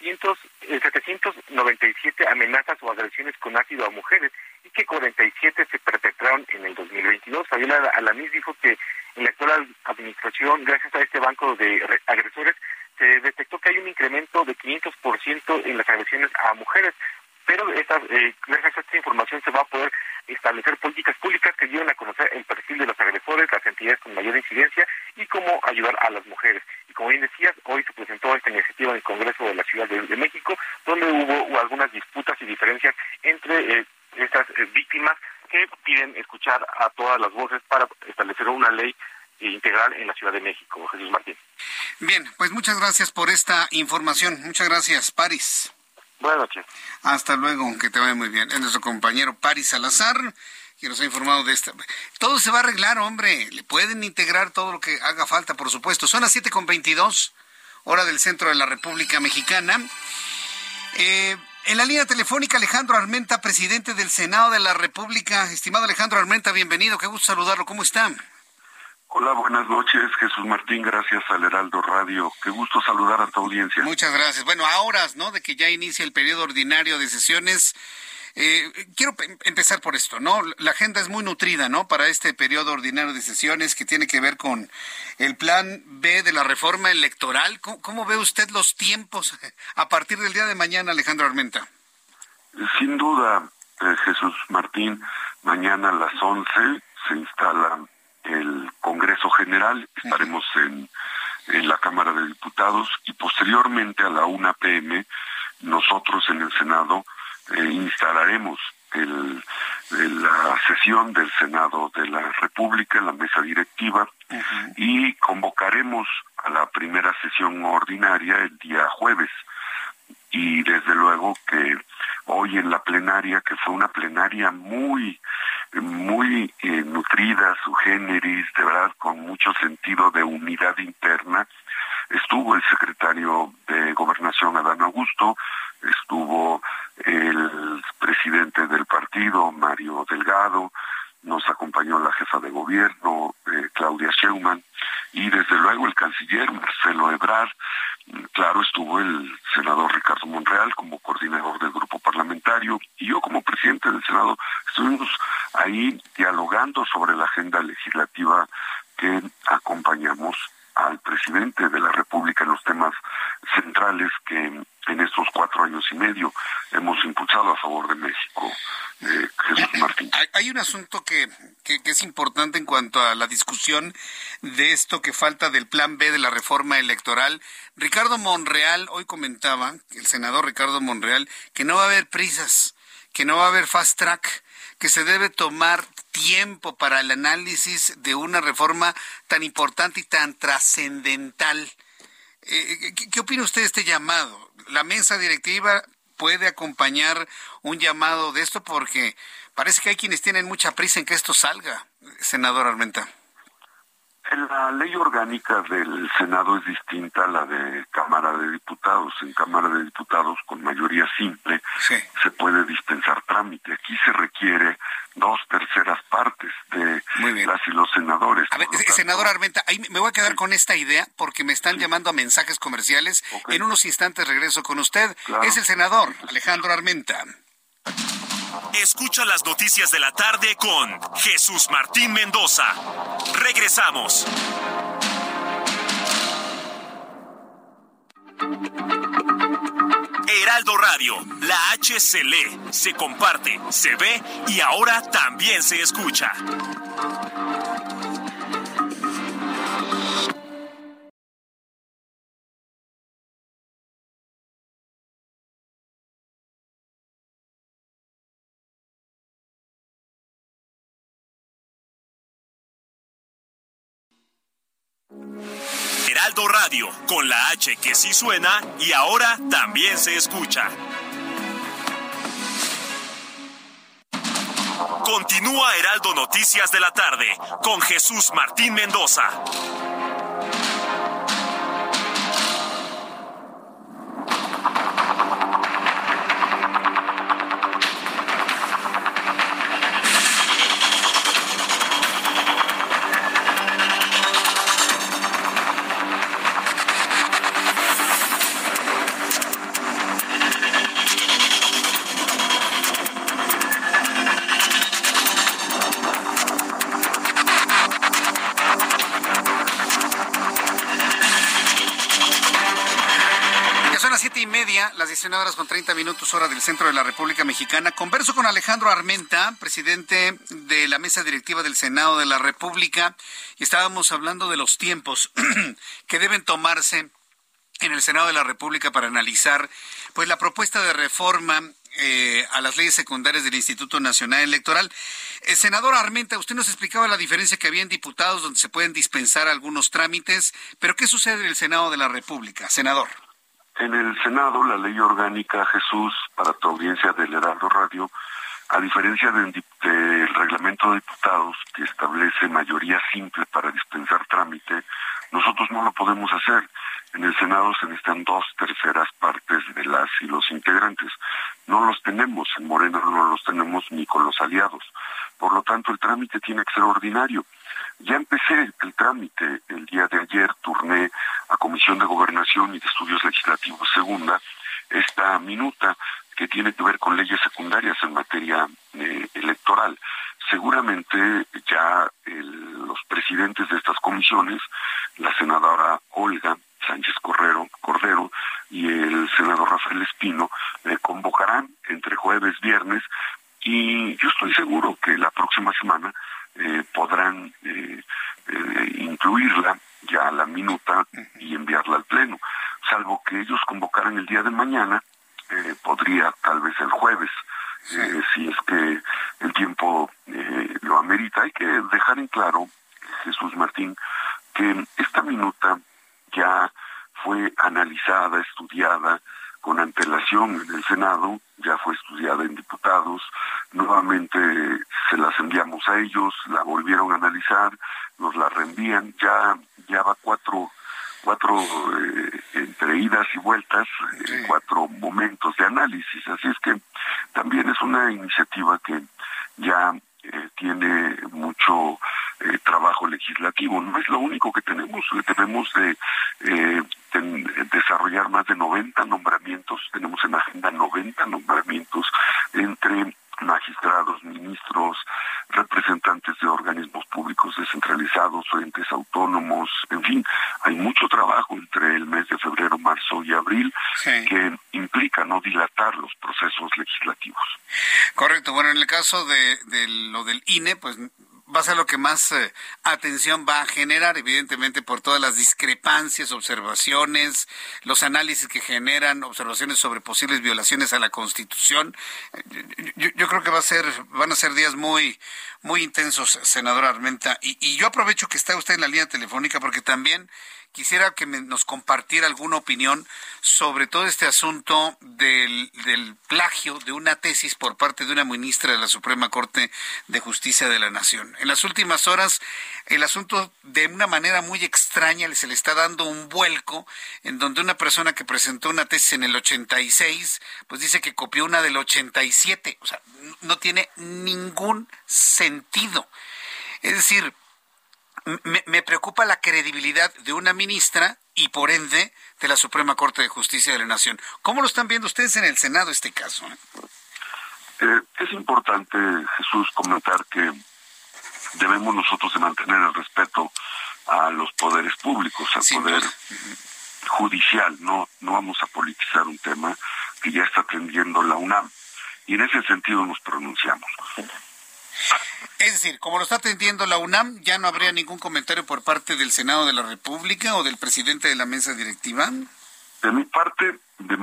797 amenazas o agresiones con ácido a mujeres y que 47 se perpetraron en el 2022. Fabiola Alanís dijo que en la actual administración, gracias a este banco de agresores, se detectó que hay un incremento de 500% en las agresiones a mujeres. Pero gracias a esta información se va a poder establecer políticas públicas que lleven a conocer el perfil de los agresores, las entidades con mayor incidencia y cómo ayudar a las mujeres. Y como bien decías, hoy se presentó esta iniciativa en el Congreso de la Ciudad de México, donde hubo algunas disputas y diferencias entre estas víctimas que piden escuchar a todas las voces para establecer una ley integral en la Ciudad de México. Jesús Martín. Bien, pues muchas gracias por esta información. Muchas gracias, Paris. Buenas noches. Hasta luego, que te vaya muy bien. Es nuestro compañero Paris Salazar, que nos ha informado de esta. Todo se va a arreglar, hombre. Le pueden integrar todo lo que haga falta, por supuesto. Son las 7:22, hora del centro de la República Mexicana. En la línea telefónica, Alejandro Armenta, presidente del Senado de la República. Estimado Alejandro Armenta, bienvenido. Qué gusto saludarlo. ¿Cómo está? Hola, buenas noches, Jesús Martín, gracias al Heraldo Radio. Qué gusto saludar a tu audiencia. Muchas gracias. Bueno, a horas, ¿no?, de que ya inicie el periodo ordinario de sesiones, Quiero empezar por esto, ¿no? La agenda es muy nutrida, ¿no? Para este periodo ordinario de sesiones que tiene que ver con el plan B de la reforma electoral. ¿Cómo ve usted los tiempos a partir del día de mañana, Alejandro Armenta? Sin duda, Jesús Martín, mañana a las 11 se instala el Congreso General. Estaremos en la Cámara de Diputados y posteriormente a la 1 p.m. nosotros en el Senado instalaremos la sesión del Senado de la República en la mesa directiva y convocaremos a la primera sesión ordinaria el día jueves. Y desde luego que hoy en la plenaria, que fue una plenaria muy nutrida, su generis, de verdad con mucho sentido de unidad interna, estuvo el secretario de Gobernación, Adán Augusto, estuvo el presidente del partido, Mario Delgado, nos acompañó la jefa de gobierno, Claudia Sheinbaum, y desde luego el canciller Marcelo Ebrard. Claro, estuvo el senador Ricardo Monreal como coordinador del grupo parlamentario y yo como presidente del Senado. Estuvimos ahí dialogando sobre la agenda legislativa que acompañamos al presidente de la República en los temas centrales que en estos 4 años y medio hemos impulsado a favor de México. Jesús Martín. Hay un asunto que es importante en cuanto a la discusión de esto que falta del plan B de la reforma electoral. Ricardo Monreal hoy comentaba, el senador Ricardo Monreal, que no va a haber prisas, que no va a haber fast track, que se debe tomar tiempo para el análisis de una reforma tan importante y tan trascendental. ¿Qué opina usted de este llamado? ¿La mesa directiva puede acompañar un llamado de esto? Porque parece que hay quienes tienen mucha prisa en que esto salga, senador Armenta. La ley orgánica del Senado es distinta a la de Cámara de Diputados. En Cámara de Diputados, con mayoría simple, se puede dispensar trámite. Aquí se requiere 2/3 partes de las y los senadores. A ver, senador Armenta, ahí me voy a quedar con esta idea porque me están llamando a mensajes comerciales. En unos instantes regreso con usted. Claro. Es el senador Alejandro Armenta. Escucha las noticias de la tarde con Jesús Martín Mendoza. Regresamos. Heraldo Radio, la H se lee, se comparte, se ve y ahora también se escucha. Heraldo Radio, con la H que sí suena y ahora también se escucha. Continúa Heraldo Noticias de la tarde con Jesús Martín Mendoza. Las 19:30 hora del centro de la República Mexicana. Converso con Alejandro Armenta, presidente de la mesa directiva del Senado de la República, y estábamos hablando de los tiempos que deben tomarse en el Senado de la República para analizar pues la propuesta de reforma a las leyes secundarias del Instituto Nacional Electoral. Senador Armenta, usted nos explicaba la diferencia que había en diputados donde se pueden dispensar algunos trámites, pero ¿qué sucede en el Senado de la República, senador? En el Senado, la ley orgánica, Jesús, para tu audiencia del Heraldo Radio, a diferencia del reglamento de diputados que establece mayoría simple para dispensar trámite, nosotros no lo podemos hacer. En el Senado se necesitan 2/3 partes de las y los integrantes. No los tenemos, en Morena no los tenemos ni con los aliados. Por lo tanto, el trámite tiene que ser ordinario. Ya empecé el trámite el día de ayer, turné a Comisión de Gobernación y de Estudios Legislativos Segunda esta minuta que tiene que ver con leyes secundarias en materia electoral. Seguramente ya los presidentes de estas comisiones, la senadora Olga Sánchez Cordero y el senador Rafael Espino, convocarán entre jueves, viernes, y yo estoy seguro que la próxima semana podrán incluirla ya a la minuta y enviarla al Pleno, salvo que ellos convocaran el día de mañana, podría tal vez el jueves, si es que el tiempo lo amerita. Hay que dejar en claro, Jesús Martín, que esta minuta ya fue analizada, estudiada con antelación en el Senado, ya fue estudiada en diputados, nuevamente se las enviamos a ellos, la volvieron a analizar, nos la reenvían, ya va cuatro entre idas y vueltas, 4 momentos de análisis, así es que también es una iniciativa que ya tiene mucho trabajo legislativo. No es lo único que tenemos, debemos de desarrollar más de 90 nombramientos, tenemos en agenda 90 nombramientos entre magistrados, ministros, representantes de organismos públicos descentralizados, entes autónomos, en fin, hay mucho trabajo entre el mes de febrero, marzo y abril que implica no dilatar los procesos legislativos. Correcto. Bueno, en el caso de lo del INE, pues va a ser lo que más atención va a generar, evidentemente, por todas las discrepancias, observaciones, los análisis que generan, observaciones sobre posibles violaciones a la Constitución. Yo creo que van a ser días muy intensos, senadora Armenta. Y yo aprovecho que está usted en la línea telefónica porque también quisiera que nos compartiera alguna opinión sobre todo este asunto del plagio de una tesis por parte de una ministra de la Suprema Corte de Justicia de la Nación. En las últimas horas, el asunto de una manera muy extraña se le está dando un vuelco, en donde una persona que presentó una tesis en el 86, pues dice que copió una del 87. O sea, no tiene ningún sentido. Es decir, me preocupa la credibilidad de una ministra y por ende de la Suprema Corte de Justicia de la Nación. ¿Cómo lo están viendo ustedes en el Senado este caso? Es importante, Jesús, comentar que debemos nosotros de mantener el respeto a los poderes públicos, al poder judicial. No vamos a politizar un tema que ya está atendiendo la UNAM y en ese sentido nos pronunciamos. Es decir, como lo está atendiendo la UNAM, ¿ya no habría ningún comentario por parte del Senado de la República o del presidente de la mesa directiva? De mi parte,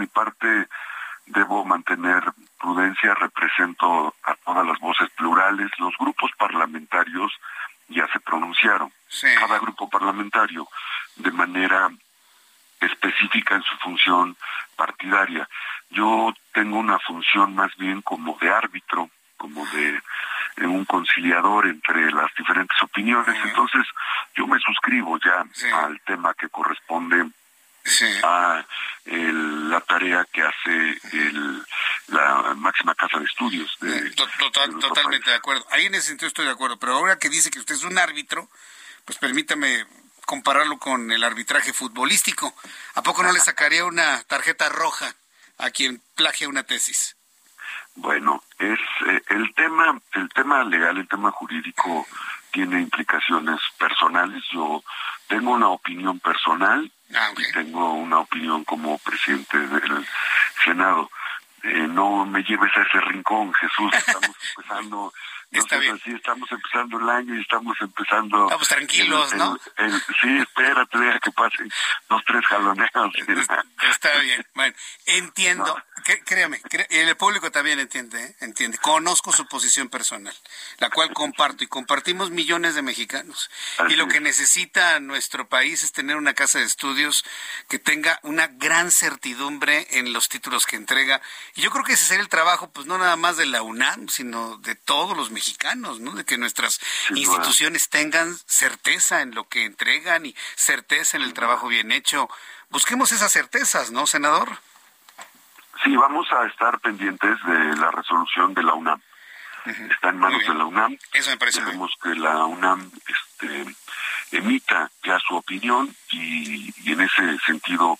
debo mantener prudencia, represento a todas las voces plurales. Los grupos parlamentarios ya se pronunciaron. Sí. Cada grupo parlamentario de manera específica en su función partidaria. Yo tengo una función más bien como de árbitro, como de un conciliador entre las diferentes opiniones. Entonces yo me suscribo ya al tema que corresponde a la tarea que hace la máxima casa de estudios totalmente de acuerdo. Ahí en ese sentido estoy de acuerdo, pero ahora que dice que usted es un árbitro, pues permítame compararlo con el arbitraje futbolístico. ¿A poco no le sacaría una tarjeta roja a quien plagia una tesis? Bueno, es el tema legal, el tema jurídico tiene implicaciones personales. Yo tengo una opinión personal y tengo una opinión como presidente del Senado. No me lleves a ese rincón, Jesús. Estamos empezando. Está bien. Así estamos empezando el año y estamos empezando... Estamos tranquilos, ¿no? Sí, espérate, deja que pasen 2, 3 jaloneos. Está bien, bueno, entiendo, no. Créame, el público también entiende. Conozco su posición personal, la cual comparto y compartimos millones de mexicanos. Así y lo que necesita nuestro país es tener una casa de estudios que tenga una gran certidumbre en los títulos que entrega. Y yo creo que ese sería el trabajo, pues no nada más de la UNAM, sino de todos los mexicanos, ¿no? De que nuestras instituciones tengan certeza en lo que entregan y certeza en el trabajo bien hecho. Busquemos esas certezas, ¿no, senador? Sí, vamos a estar pendientes de la resolución de la UNAM. Está en manos de la UNAM. Eso me parece. Queremos que la UNAM emita ya su opinión y en ese sentido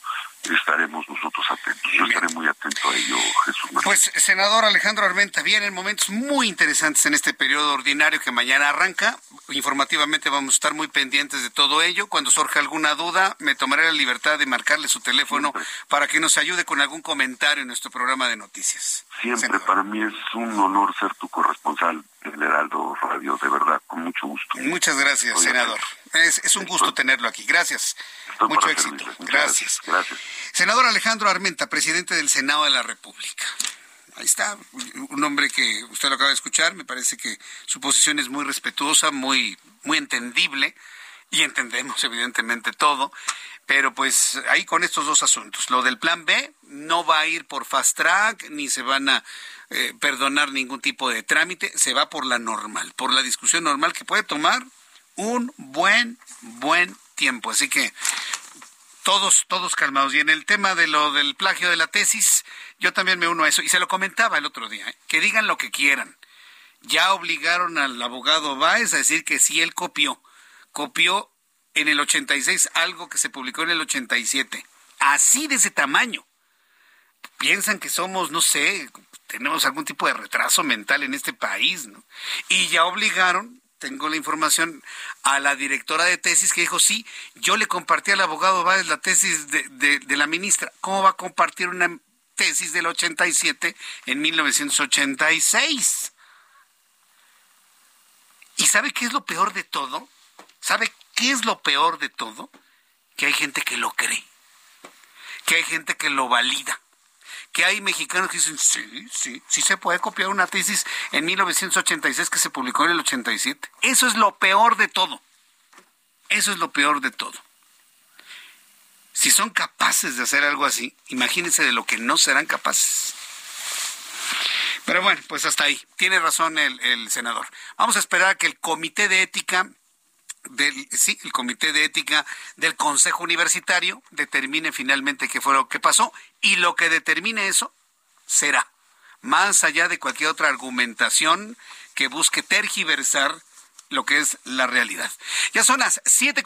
estaremos nosotros atentos. Yo estaré muy atento a ello, Jesús Martín. Pues, senador Alejandro Armenta, vienen momentos muy interesantes en este periodo ordinario que mañana arranca. Informativamente vamos a estar muy pendientes de todo ello. Cuando surja alguna duda, me tomaré la libertad de marcarle su teléfono para que nos ayude con algún comentario en nuestro programa de noticias. Siempre, senador. Para mí es un honor ser tu corresponsal del Heraldo Radio, de verdad, con mucho gusto. Muchas gracias, senador. Es un gusto tenerlo aquí. Gracias. Mucho éxito. Gracias. Senador Alejandro Armenta, presidente del Senado de la República. Ahí está, un hombre que usted lo acaba de escuchar. Me parece que su posición es muy respetuosa, muy entendible, y entendemos evidentemente todo. Pero pues ahí con estos dos asuntos. Lo del plan B no va a ir por fast track, ni se van a perdonar ningún tipo de trámite. Se va por la normal, por la discusión normal que puede tomar un buen tiempo. Así que todos calmados. Y en el tema de lo del plagio de la tesis, yo también me uno a eso. Y se lo comentaba el otro día, que digan lo que quieran. Ya obligaron al abogado Báez a decir que sí, él copió en el 86 algo que se publicó en el 87. Así de ese tamaño. Piensan que somos, no sé, tenemos algún tipo de retraso mental en este país, ¿no? Y ya obligaron, tengo la información, a la directora de tesis que dijo, sí, yo le compartí al abogado Báez la tesis de la ministra. ¿Cómo va a compartir una tesis del 87 en 1986? ¿Y sabe qué es lo peor de todo? ¿Sabe qué es lo peor de todo? Que hay gente que lo cree, que hay gente que lo valida, que hay mexicanos que dicen, sí se puede copiar una tesis en 1986 que se publicó en el 87. Eso es lo peor de todo. Eso es lo peor de todo. Si son capaces de hacer algo así, imagínense de lo que no serán capaces. Pero bueno, pues hasta ahí. Tiene razón el senador. Vamos a esperar a que el comité de ética el comité de ética del Consejo Universitario determine finalmente qué fue lo que pasó, y lo que determine eso será, más allá de cualquier otra argumentación que busque tergiversar lo que es la realidad. Ya son las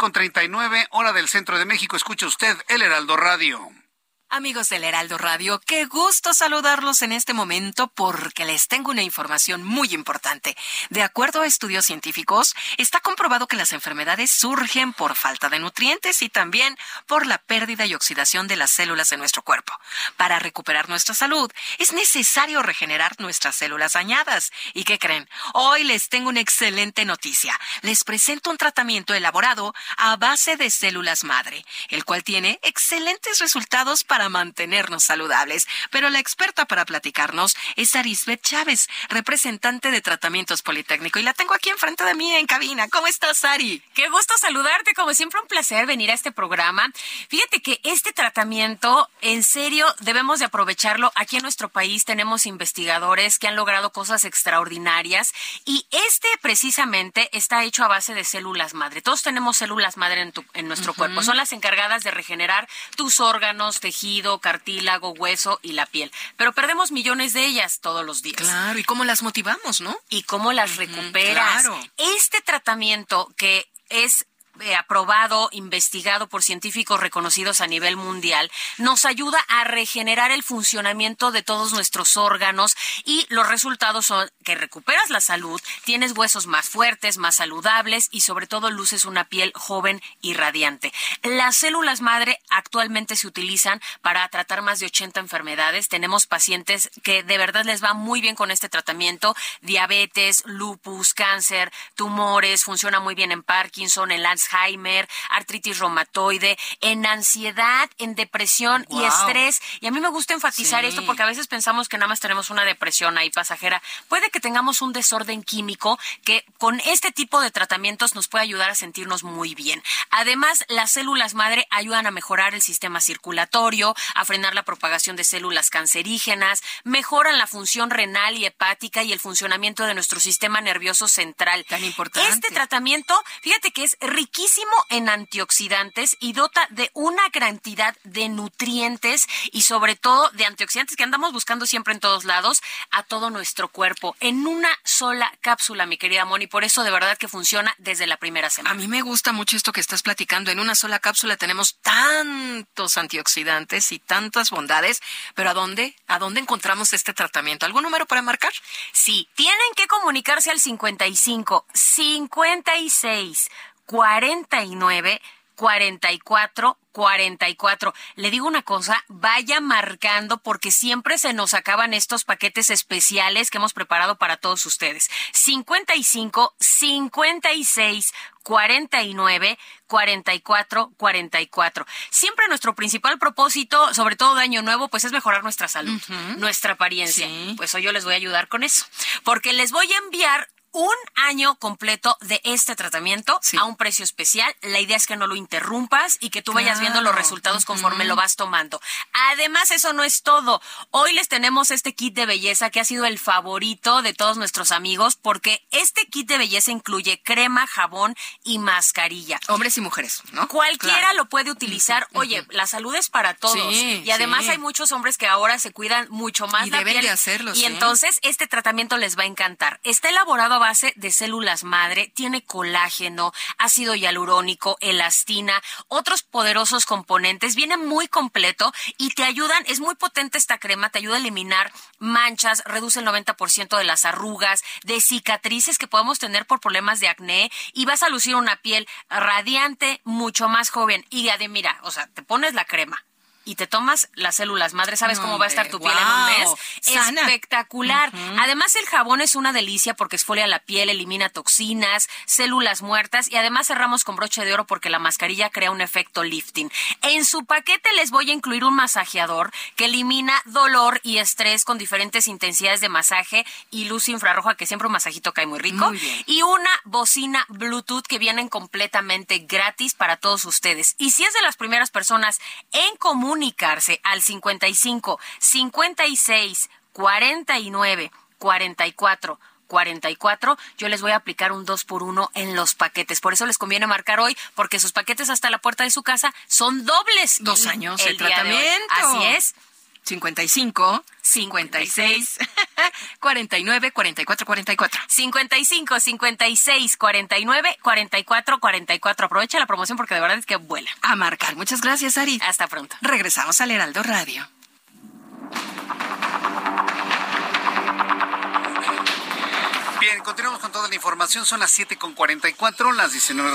7:39, hora del centro de México. Escucha usted el Heraldo Radio. Amigos del Heraldo Radio, qué gusto saludarlos en este momento porque les tengo una información muy importante. De acuerdo a estudios científicos, está comprobado que las enfermedades surgen por falta de nutrientes y también por la pérdida y oxidación de las células de nuestro cuerpo. Para recuperar nuestra salud, es necesario regenerar nuestras células dañadas. ¿Y qué creen? Hoy les tengo una excelente noticia. Les presento un tratamiento elaborado a base de células madre, el cual tiene excelentes resultados para mantenernos saludables. Pero la experta para platicarnos es Arisbeth Chávez, representante de Tratamientos Politécnico, y la tengo aquí enfrente de mí en cabina. ¿Cómo estás, Ari? Qué gusto saludarte, como siempre un placer venir a este programa. Fíjate que este tratamiento, en serio, debemos de aprovecharlo. Aquí en nuestro país tenemos investigadores que han logrado cosas extraordinarias, y precisamente está hecho a base de células madre. Todos tenemos células madre en nuestro cuerpo. Son las encargadas de regenerar tus órganos, tejidos, cartílago, hueso y la piel. Pero perdemos millones de ellas todos los días. Claro, ¿y cómo las motivamos, no? Y cómo las recuperas. Claro. Este tratamiento que es aprobado, investigado por científicos reconocidos a nivel mundial, nos ayuda a regenerar el funcionamiento de todos nuestros órganos, y los resultados son que recuperas la salud, tienes huesos más fuertes, más saludables, y sobre todo luces una piel joven y radiante. Las células madre actualmente se utilizan para tratar más de 80 enfermedades. Tenemos pacientes que de verdad les va muy bien con este tratamiento: diabetes, lupus, cáncer, tumores, funciona muy bien en Parkinson, en Alzheimer, artritis reumatoide, en ansiedad, en depresión y estrés. Y a mí me gusta enfatizar esto porque a veces pensamos que nada más tenemos una depresión ahí pasajera. Puede que tengamos un desorden químico que con este tipo de tratamientos nos puede ayudar a sentirnos muy bien. Además, las células madre ayudan a mejorar el sistema circulatorio, a frenar la propagación de células cancerígenas, mejoran la función renal y hepática y el funcionamiento de nuestro sistema nervioso central. Tan importante. Este tratamiento, fíjate que es riquísimo riquísimo en antioxidantes y dota de una cantidad de nutrientes y sobre todo de antioxidantes que andamos buscando siempre en todos lados a todo nuestro cuerpo en una sola cápsula, mi querida Moni. Por eso de verdad que funciona desde la primera semana. A mí me gusta mucho esto que estás platicando. En una sola cápsula tenemos tantos antioxidantes y tantas bondades, pero ¿a dónde encontramos este tratamiento? ¿Algún número para marcar? Sí, tienen que comunicarse al 55 56 49 44 44. Le digo una cosa, vaya marcando porque siempre se nos acaban estos paquetes especiales que hemos preparado para todos ustedes. 55 56 49 44 44. Siempre nuestro principal propósito, sobre todo de Año Nuevo, pues es mejorar nuestra salud, nuestra apariencia. Sí. Pues hoy yo les voy a ayudar con eso, porque les voy a enviar un año completo de este tratamiento a un precio especial. La idea es que no lo interrumpas y que tú vayas viendo los resultados conforme lo vas tomando. Además, eso no es todo. Hoy les tenemos este kit de belleza que ha sido el favorito de todos nuestros amigos porque este kit de belleza incluye crema, jabón y mascarilla. Hombres y mujeres, ¿no? Cualquiera lo puede utilizar. Oye, la salud es para todos. Sí, y además hay muchos hombres que ahora se cuidan mucho más la deben piel. De hacerlo, y entonces este tratamiento les va a encantar. Está elaborado a base de células madre, tiene colágeno, ácido hialurónico, elastina, otros poderosos componentes, viene muy completo y te ayudan, es muy potente esta crema, te ayuda a eliminar manchas, reduce el 90% de las arrugas, de cicatrices que podemos tener por problemas de acné y vas a lucir una piel radiante, mucho más joven. Y mira, o sea, te pones la crema y te tomas las células madre, ¿sabes cómo va a estar tu piel en un mes? Sana. Espectacular. Además, el jabón es una delicia porque exfolia la piel, elimina toxinas, células muertas y además cerramos con broche de oro porque la mascarilla crea un efecto lifting. En su paquete les voy a incluir un masajeador que elimina dolor y estrés con diferentes intensidades de masaje y luz infrarroja, que siempre un masajito cae muy rico. Muy bien. Y una bocina Bluetooth que vienen completamente gratis para todos ustedes. Y si es de las primeras personas en comunicarse al 55 56 49 44 44, yo les voy a aplicar un 2x1 en los paquetes. Por eso les conviene marcar hoy, porque sus paquetes hasta la puerta de su casa son dobles. 2 años de tratamiento. Así es. 55 56 49 44 44. 55 56 49 44 44. Aprovecha la promoción porque de verdad es que vuela. A marcar. Muchas gracias, Ari. Hasta pronto. Regresamos al Heraldo Radio. Bien, continuamos con toda la información. Son las 7:44, las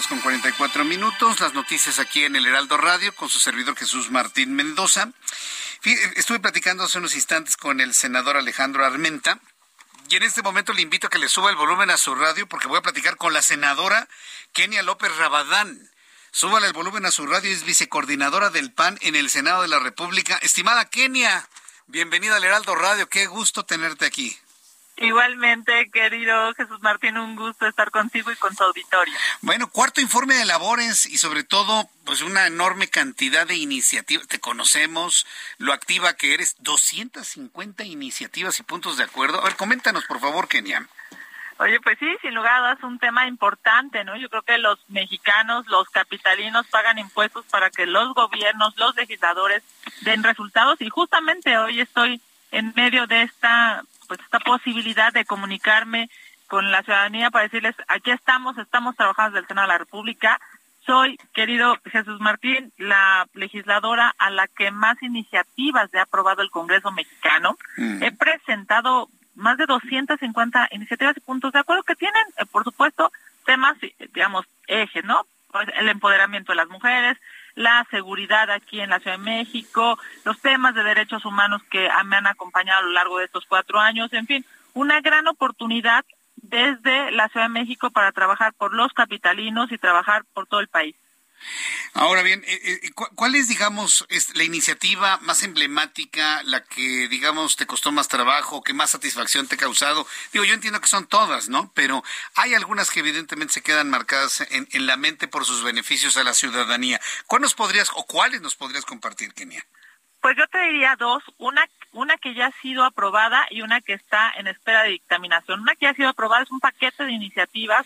19:44. Las noticias aquí en el Heraldo Radio con su servidor Jesús Martín Mendoza. Estuve platicando hace unos instantes con el senador Alejandro Armenta y en este momento le invito a que le suba el volumen a su radio porque voy a platicar con la senadora Kenia López Rabadán. Súbale el volumen a su radio, es vicecoordinadora del PAN en el Senado de la República. Estimada Kenia, bienvenida al Heraldo Radio, qué gusto tenerte aquí. Igualmente, querido Jesús Martín, un gusto estar contigo y con tu auditorio. Bueno, cuarto informe de labores y sobre todo, pues una enorme cantidad de iniciativas. Te conocemos, lo activa que eres, 250 iniciativas y puntos de acuerdo. A ver, coméntanos, por favor, Kenia. Oye, pues sí, sin lugar a dudas, un tema importante, ¿no? Yo creo que los mexicanos, los capitalinos pagan impuestos para que los gobiernos, los legisladores den resultados y justamente hoy estoy en medio de esta posibilidad de comunicarme con la ciudadanía para decirles, aquí estamos trabajando desde el Senado de la República. Soy, querido Jesús Martín, la legisladora a la que más iniciativas le ha aprobado el Congreso mexicano. He presentado más de 250 iniciativas y puntos de acuerdo que tienen, por supuesto, temas, digamos, ejes, ¿no? Pues el empoderamiento de las mujeres, la seguridad aquí en la Ciudad de México, los temas de derechos humanos que me han acompañado a lo largo de estos 4 años, en fin, una gran oportunidad desde la Ciudad de México para trabajar por los capitalinos y trabajar por todo el país. Ahora bien, ¿cuál es, digamos, la iniciativa más emblemática, la que, digamos, te costó más trabajo, que más satisfacción te ha causado? Digo, yo entiendo que son todas, ¿no? Pero hay algunas que evidentemente se quedan marcadas en la mente por sus beneficios a la ciudadanía. ¿Cuáles nos podrías compartir, Kenia? Pues yo te diría 2, una que ya ha sido aprobada y una que está en espera de dictaminación. Una que ya ha sido aprobada es un paquete de iniciativas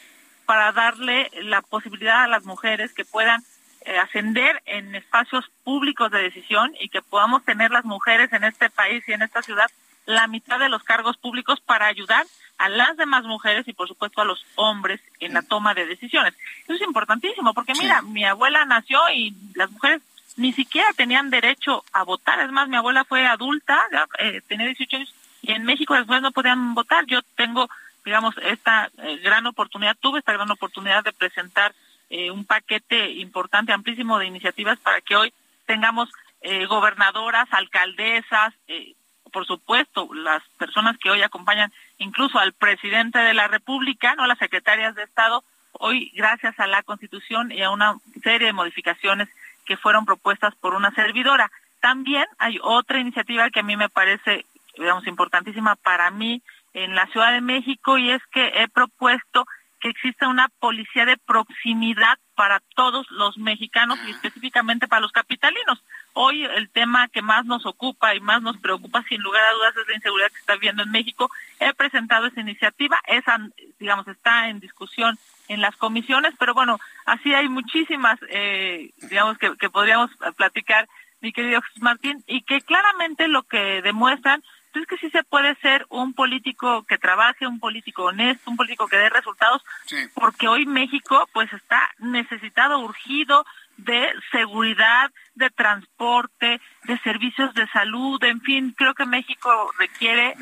para darle la posibilidad a las mujeres que puedan ascender en espacios públicos de decisión y que podamos tener las mujeres en este país y en esta ciudad la mitad de los cargos públicos para ayudar a las demás mujeres y por supuesto a los hombres en la toma de decisiones. Eso es importantísimo porque mira, mi abuela nació y las mujeres ni siquiera tenían derecho a votar. Es más, mi abuela fue adulta, ya, tenía 18 años y en México las mujeres no podían votar. Yo tengo, digamos, tuve esta gran oportunidad de presentar un paquete importante, amplísimo de iniciativas para que hoy tengamos gobernadoras, alcaldesas, por supuesto, las personas que hoy acompañan incluso al presidente de la República, no las secretarias de Estado, hoy gracias a la Constitución y a una serie de modificaciones que fueron propuestas por una servidora. También hay otra iniciativa que a mí me parece, digamos, importantísima para mí en la Ciudad de México y es que he propuesto que exista una policía de proximidad para todos los mexicanos y específicamente para los capitalinos. Hoy el tema que más nos ocupa y más nos preocupa sin lugar a dudas es la inseguridad que se está viendo en México. He presentado esa iniciativa, esa, digamos, está en discusión en las comisiones, pero bueno, así hay muchísimas, digamos, que podríamos platicar, mi querido Jesús Martín, y que claramente lo que demuestran es que sí se puede ser un político que trabaje, un político honesto, un político que dé resultados, porque hoy México pues está necesitado, urgido de seguridad, de transporte, de servicios de salud, en fin, creo que México requiere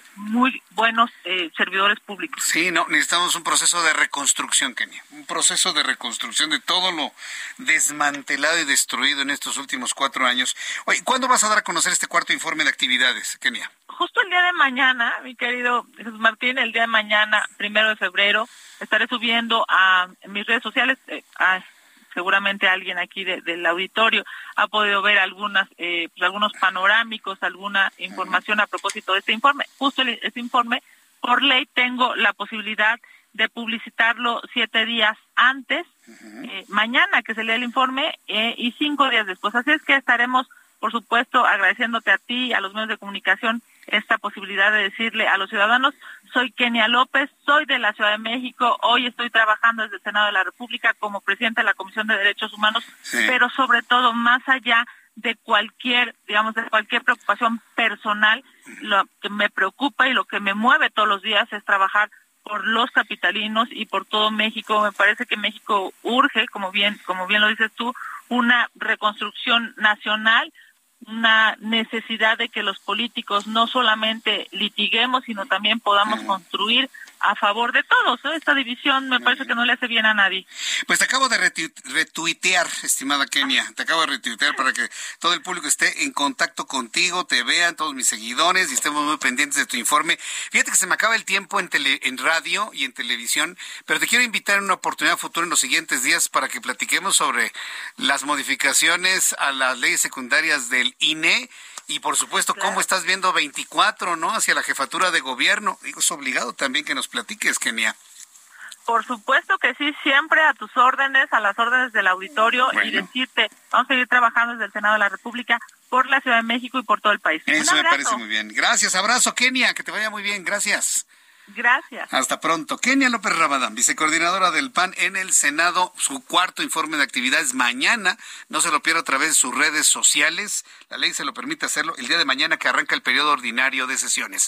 muy buenos servidores públicos. Sí, necesitamos un proceso de reconstrucción, Kenia, un proceso de reconstrucción de todo lo desmantelado y destruido en estos últimos 4 años. Oye, ¿cuándo vas a dar a conocer este cuarto informe de actividades, Kenia? Justo el día de mañana, mi querido Jesús Martín, el día de mañana, 1 de febrero, estaré subiendo a mis redes sociales, seguramente alguien aquí del auditorio ha podido ver algunos panorámicos, alguna información a propósito de este informe. Justo este informe, por ley, tengo la posibilidad de publicitarlo 7 días antes, mañana que se lee el informe, y 5 días después. Así es que estaremos, por supuesto, agradeciéndote a ti y a los medios de comunicación esta posibilidad de decirle a los ciudadanos: soy Kenia López, soy de la Ciudad de México, hoy estoy trabajando desde el Senado de la República como presidenta de la Comisión de Derechos Humanos, pero sobre todo, más allá de cualquier preocupación personal, lo que me preocupa y lo que me mueve todos los días es trabajar por los capitalinos y por todo México. Me parece que México urge, como bien lo dices tú, una reconstrucción nacional, una necesidad de que los políticos no solamente litiguemos, sino también podamos construir a favor de todos. Esta división me parece que no le hace bien a nadie. Pues te acabo de retuitear, estimada Kenia, te acabo de retuitear para que todo el público esté en contacto contigo, te vean todos mis seguidores y estemos muy pendientes de tu informe. Fíjate que se me acaba el tiempo en radio y en televisión, pero te quiero invitar en una oportunidad futura en los siguientes días para que platiquemos sobre las modificaciones a las leyes secundarias del INE. Y por supuesto, ¿cómo estás viendo 24, hacia la jefatura de gobierno? Digo, es obligado también que nos platiques, Kenia. Por supuesto que sí, siempre a tus órdenes, a las órdenes del auditorio, y decirte, vamos a seguir trabajando desde el Senado de la República por la Ciudad de México y por todo el país. Eso me parece muy bien. Gracias, abrazo, Kenia, que te vaya muy bien, gracias. Gracias. Hasta pronto. Kenia López Rabadán, vicecoordinadora del PAN en el Senado, su cuarto informe de actividades mañana. No se lo pierda a través de sus redes sociales. La ley se lo permite hacerlo el día de mañana que arranca el periodo ordinario de sesiones.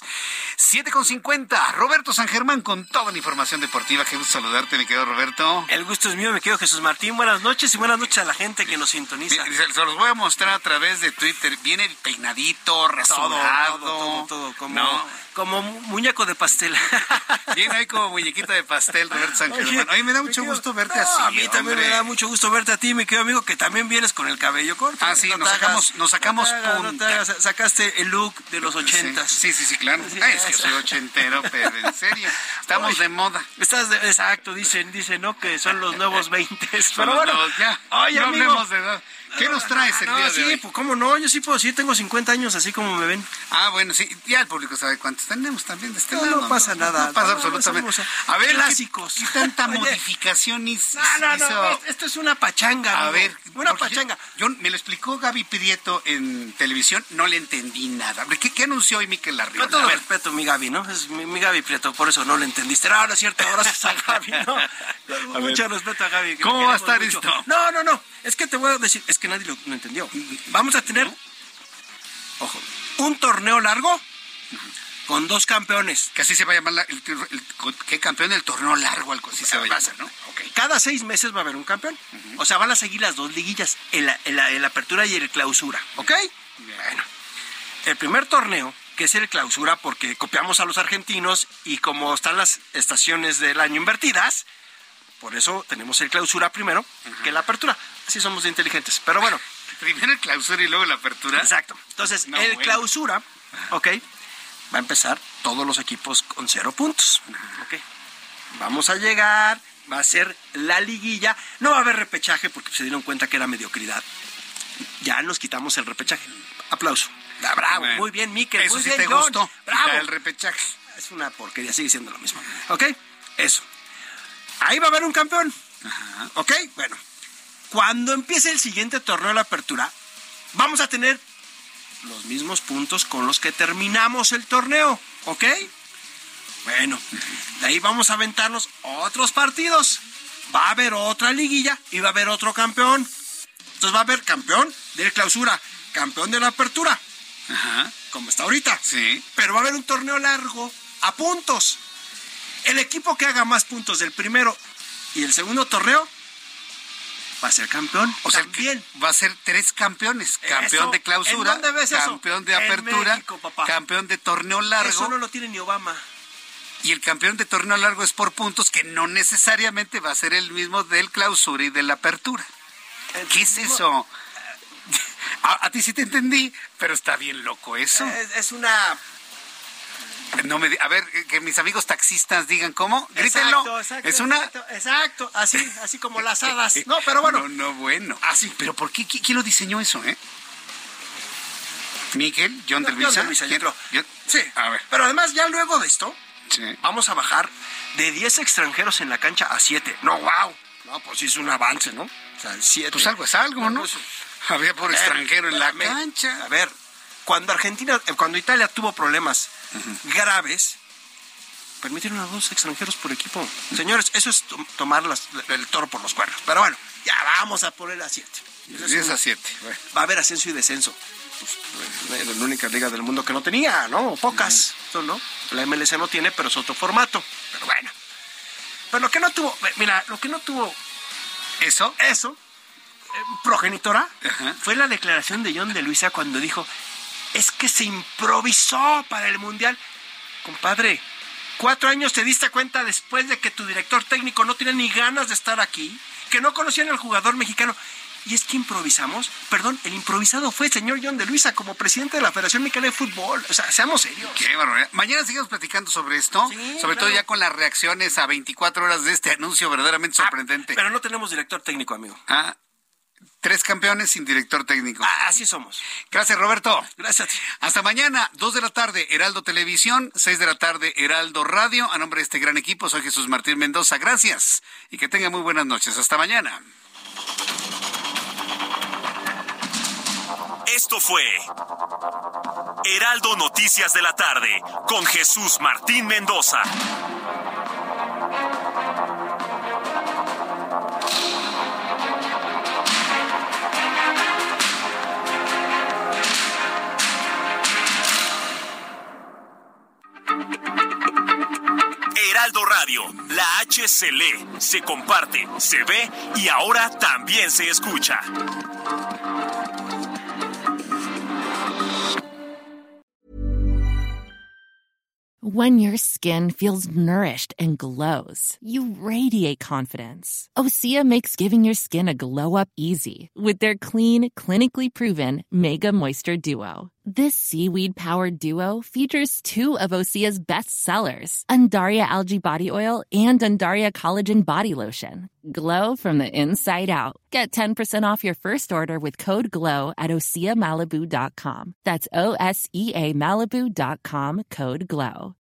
7:50. Roberto San Germán con toda la información deportiva. Qué gusto saludarte, mi querido Roberto. El gusto es mío, mi querido Jesús Martín. Buenas noches y buenas noches a la gente que nos sintoniza. Se los voy a mostrar a través de Twitter. Viene peinadito, rasurado. Todo. Como muñeco de pastel. Viene ahí como muñequita de pastel, Roberto San Germán. A mí me da mucho gusto verte así. A mí también me da mucho gusto verte a ti, mi querido amigo, que también vienes con el cabello corto. Ah, sí, nos sacamos punta. Sacaste el look de los 80s. Sí, claro. Es que soy ochentero, pero en serio, estamos de moda. Exacto, dicen, ¿no? Que son los nuevos 20s. Pero bueno, ya, no hablemos de edad. ¿Qué nos traes el día de hoy? Pues cómo no, yo sí puedo decir, tengo 50 años, así como me ven. Ah, bueno, sí, ya el público sabe cuántos tenemos también de este lado. No pasa pasa nada. No pasa absolutamente. A ver, clásicos. ¿Qué tanta modificación hizo? No, esto es una pachanga. A ver, una pachanga. Yo me lo explicó Gaby Prieto en televisión, no le entendí nada. ¿Qué anunció hoy Miquel Arriola? Con todo respeto, mi Gaby, ¿no? Es mi Gaby Prieto, por eso no le entendiste. No, es cierto, ahora es a Gaby, ¿no? Mucho respeto a Gaby. ¿Cómo va a estar esto? No. Es que te voy a decir, es que nadie lo entendió. Vamos a tener, ojo, un torneo largo con 2 campeones. Que así se va a llamar ¿qué campeón del torneo largo? Algo así se va a llamar, ¿no? Okay. Cada 6 meses va a haber un campeón. O sea, van a seguir las 2 liguillas, el apertura y el clausura, ¿ok? Bueno, el primer torneo, que es el clausura, porque copiamos a los argentinos y como están las estaciones del año invertidas, por eso tenemos el clausura primero que la apertura. Así somos de inteligentes, pero bueno. Primero el clausura y luego la apertura. Exacto. Entonces, clausura, ok, va a empezar todos los equipos con 0 puntos. Ok. Vamos a llegar, va a ser la liguilla. No va a haber repechaje porque se dieron cuenta que era mediocridad. Ya nos quitamos el repechaje. Aplauso. Bravo, bueno, muy bien, Miquel. Eso muy sí bien, te John. gustó. Bravo. El repechaje. Es una porquería, sigue siendo lo mismo. ¿Ok? Eso. Ahí va a haber un campeón. Ajá. ¿Ok? Bueno. Cuando empiece el siguiente torneo de la apertura, vamos a tener los mismos puntos con los que terminamos el torneo. ¿Ok? Bueno. De ahí vamos a aventarnos otros partidos. Va a haber otra liguilla y va a haber otro campeón. Entonces va a haber campeón de clausura, campeón de la apertura. Ajá. Como está ahorita. Sí. Pero va a haber un torneo largo a puntos. El equipo que haga más puntos del primero y el segundo torneo va a ser campeón. O sea, también va a ser 3 campeones. Campeón de clausura, ¿en dónde ves eso? Campeón de apertura, en México, papá. Campeón de torneo largo. Eso no lo tiene ni Obama. Y el campeón de torneo largo es por puntos, que no necesariamente va a ser el mismo del clausura y de la apertura. ¿Qué es eso? A ti sí te entendí, pero está bien loco eso. Es una... No me a ver, que mis amigos taxistas digan cómo. Grítenlo. Es una... Exacto. Así como las hadas. No, pero bueno. No, bueno. Así, pero ¿por qué? ¿Quién lo diseñó eso, Miquel, John de Luisa. Sí, a ver. Pero además, ya luego de esto, sí, vamos a bajar de 10 extranjeros en la cancha a 7. No, wow. No, pues sí es un avance, ¿no? O sea, 7. Pues algo es algo, ¿no? Había por extranjero en la cancha. A ver, cuando Italia tuvo problemas graves, permitieron a 2 extranjeros por equipo. Señores, eso es tomar el toro por los cuernos. Pero bueno, ya vamos a poner a 7. 10 a 7. Bueno. Va a haber ascenso y descenso. Pues, la única liga del mundo que no tenía, ¿no? Pocas, ¿no? La MLS no tiene, pero es otro formato. Pero bueno. Pero lo que no tuvo, ¿Eso? progenitora, fue la declaración de John de Luisa cuando dijo, es que se improvisó para el Mundial. Compadre, 4 años te diste cuenta después de que tu director técnico no tenía ni ganas de estar aquí, que no conocían al jugador mexicano. Y es que improvisamos. Perdón, el improvisado fue el señor John de Luisa como presidente de la Federación Mexicana de Fútbol. O sea, seamos serios. Qué barbaridad. Mañana seguimos platicando sobre esto, sobre todo ya con las reacciones a 24 horas de este anuncio verdaderamente sorprendente. Pero no tenemos director técnico, amigo. 3 campeones sin director técnico. Así somos. Gracias, Roberto. Gracias a ti. Hasta mañana, 2 de la tarde, Heraldo Televisión, 6 de la tarde, Heraldo Radio. A nombre de este gran equipo, soy Jesús Martín Mendoza. Gracias y que tengan muy buenas noches. Hasta mañana. Esto fue Heraldo Noticias de la tarde con Jesús Martín Mendoza. Heraldo Radio, la H se lee, se comparte, se ve y ahora también se escucha. When your skin feels nourished and glows, you radiate confidence. Osea makes giving your skin a glow up easy with their clean, clinically proven Mega Moisture Duo. This seaweed-powered duo features 2 of Osea's best sellers, Undaria Algae Body Oil and Undaria Collagen Body Lotion. Glow from the inside out. Get 10% off your first order with code GLOW at OseaMalibu.com. That's OSEA Malibu.com, code GLOW.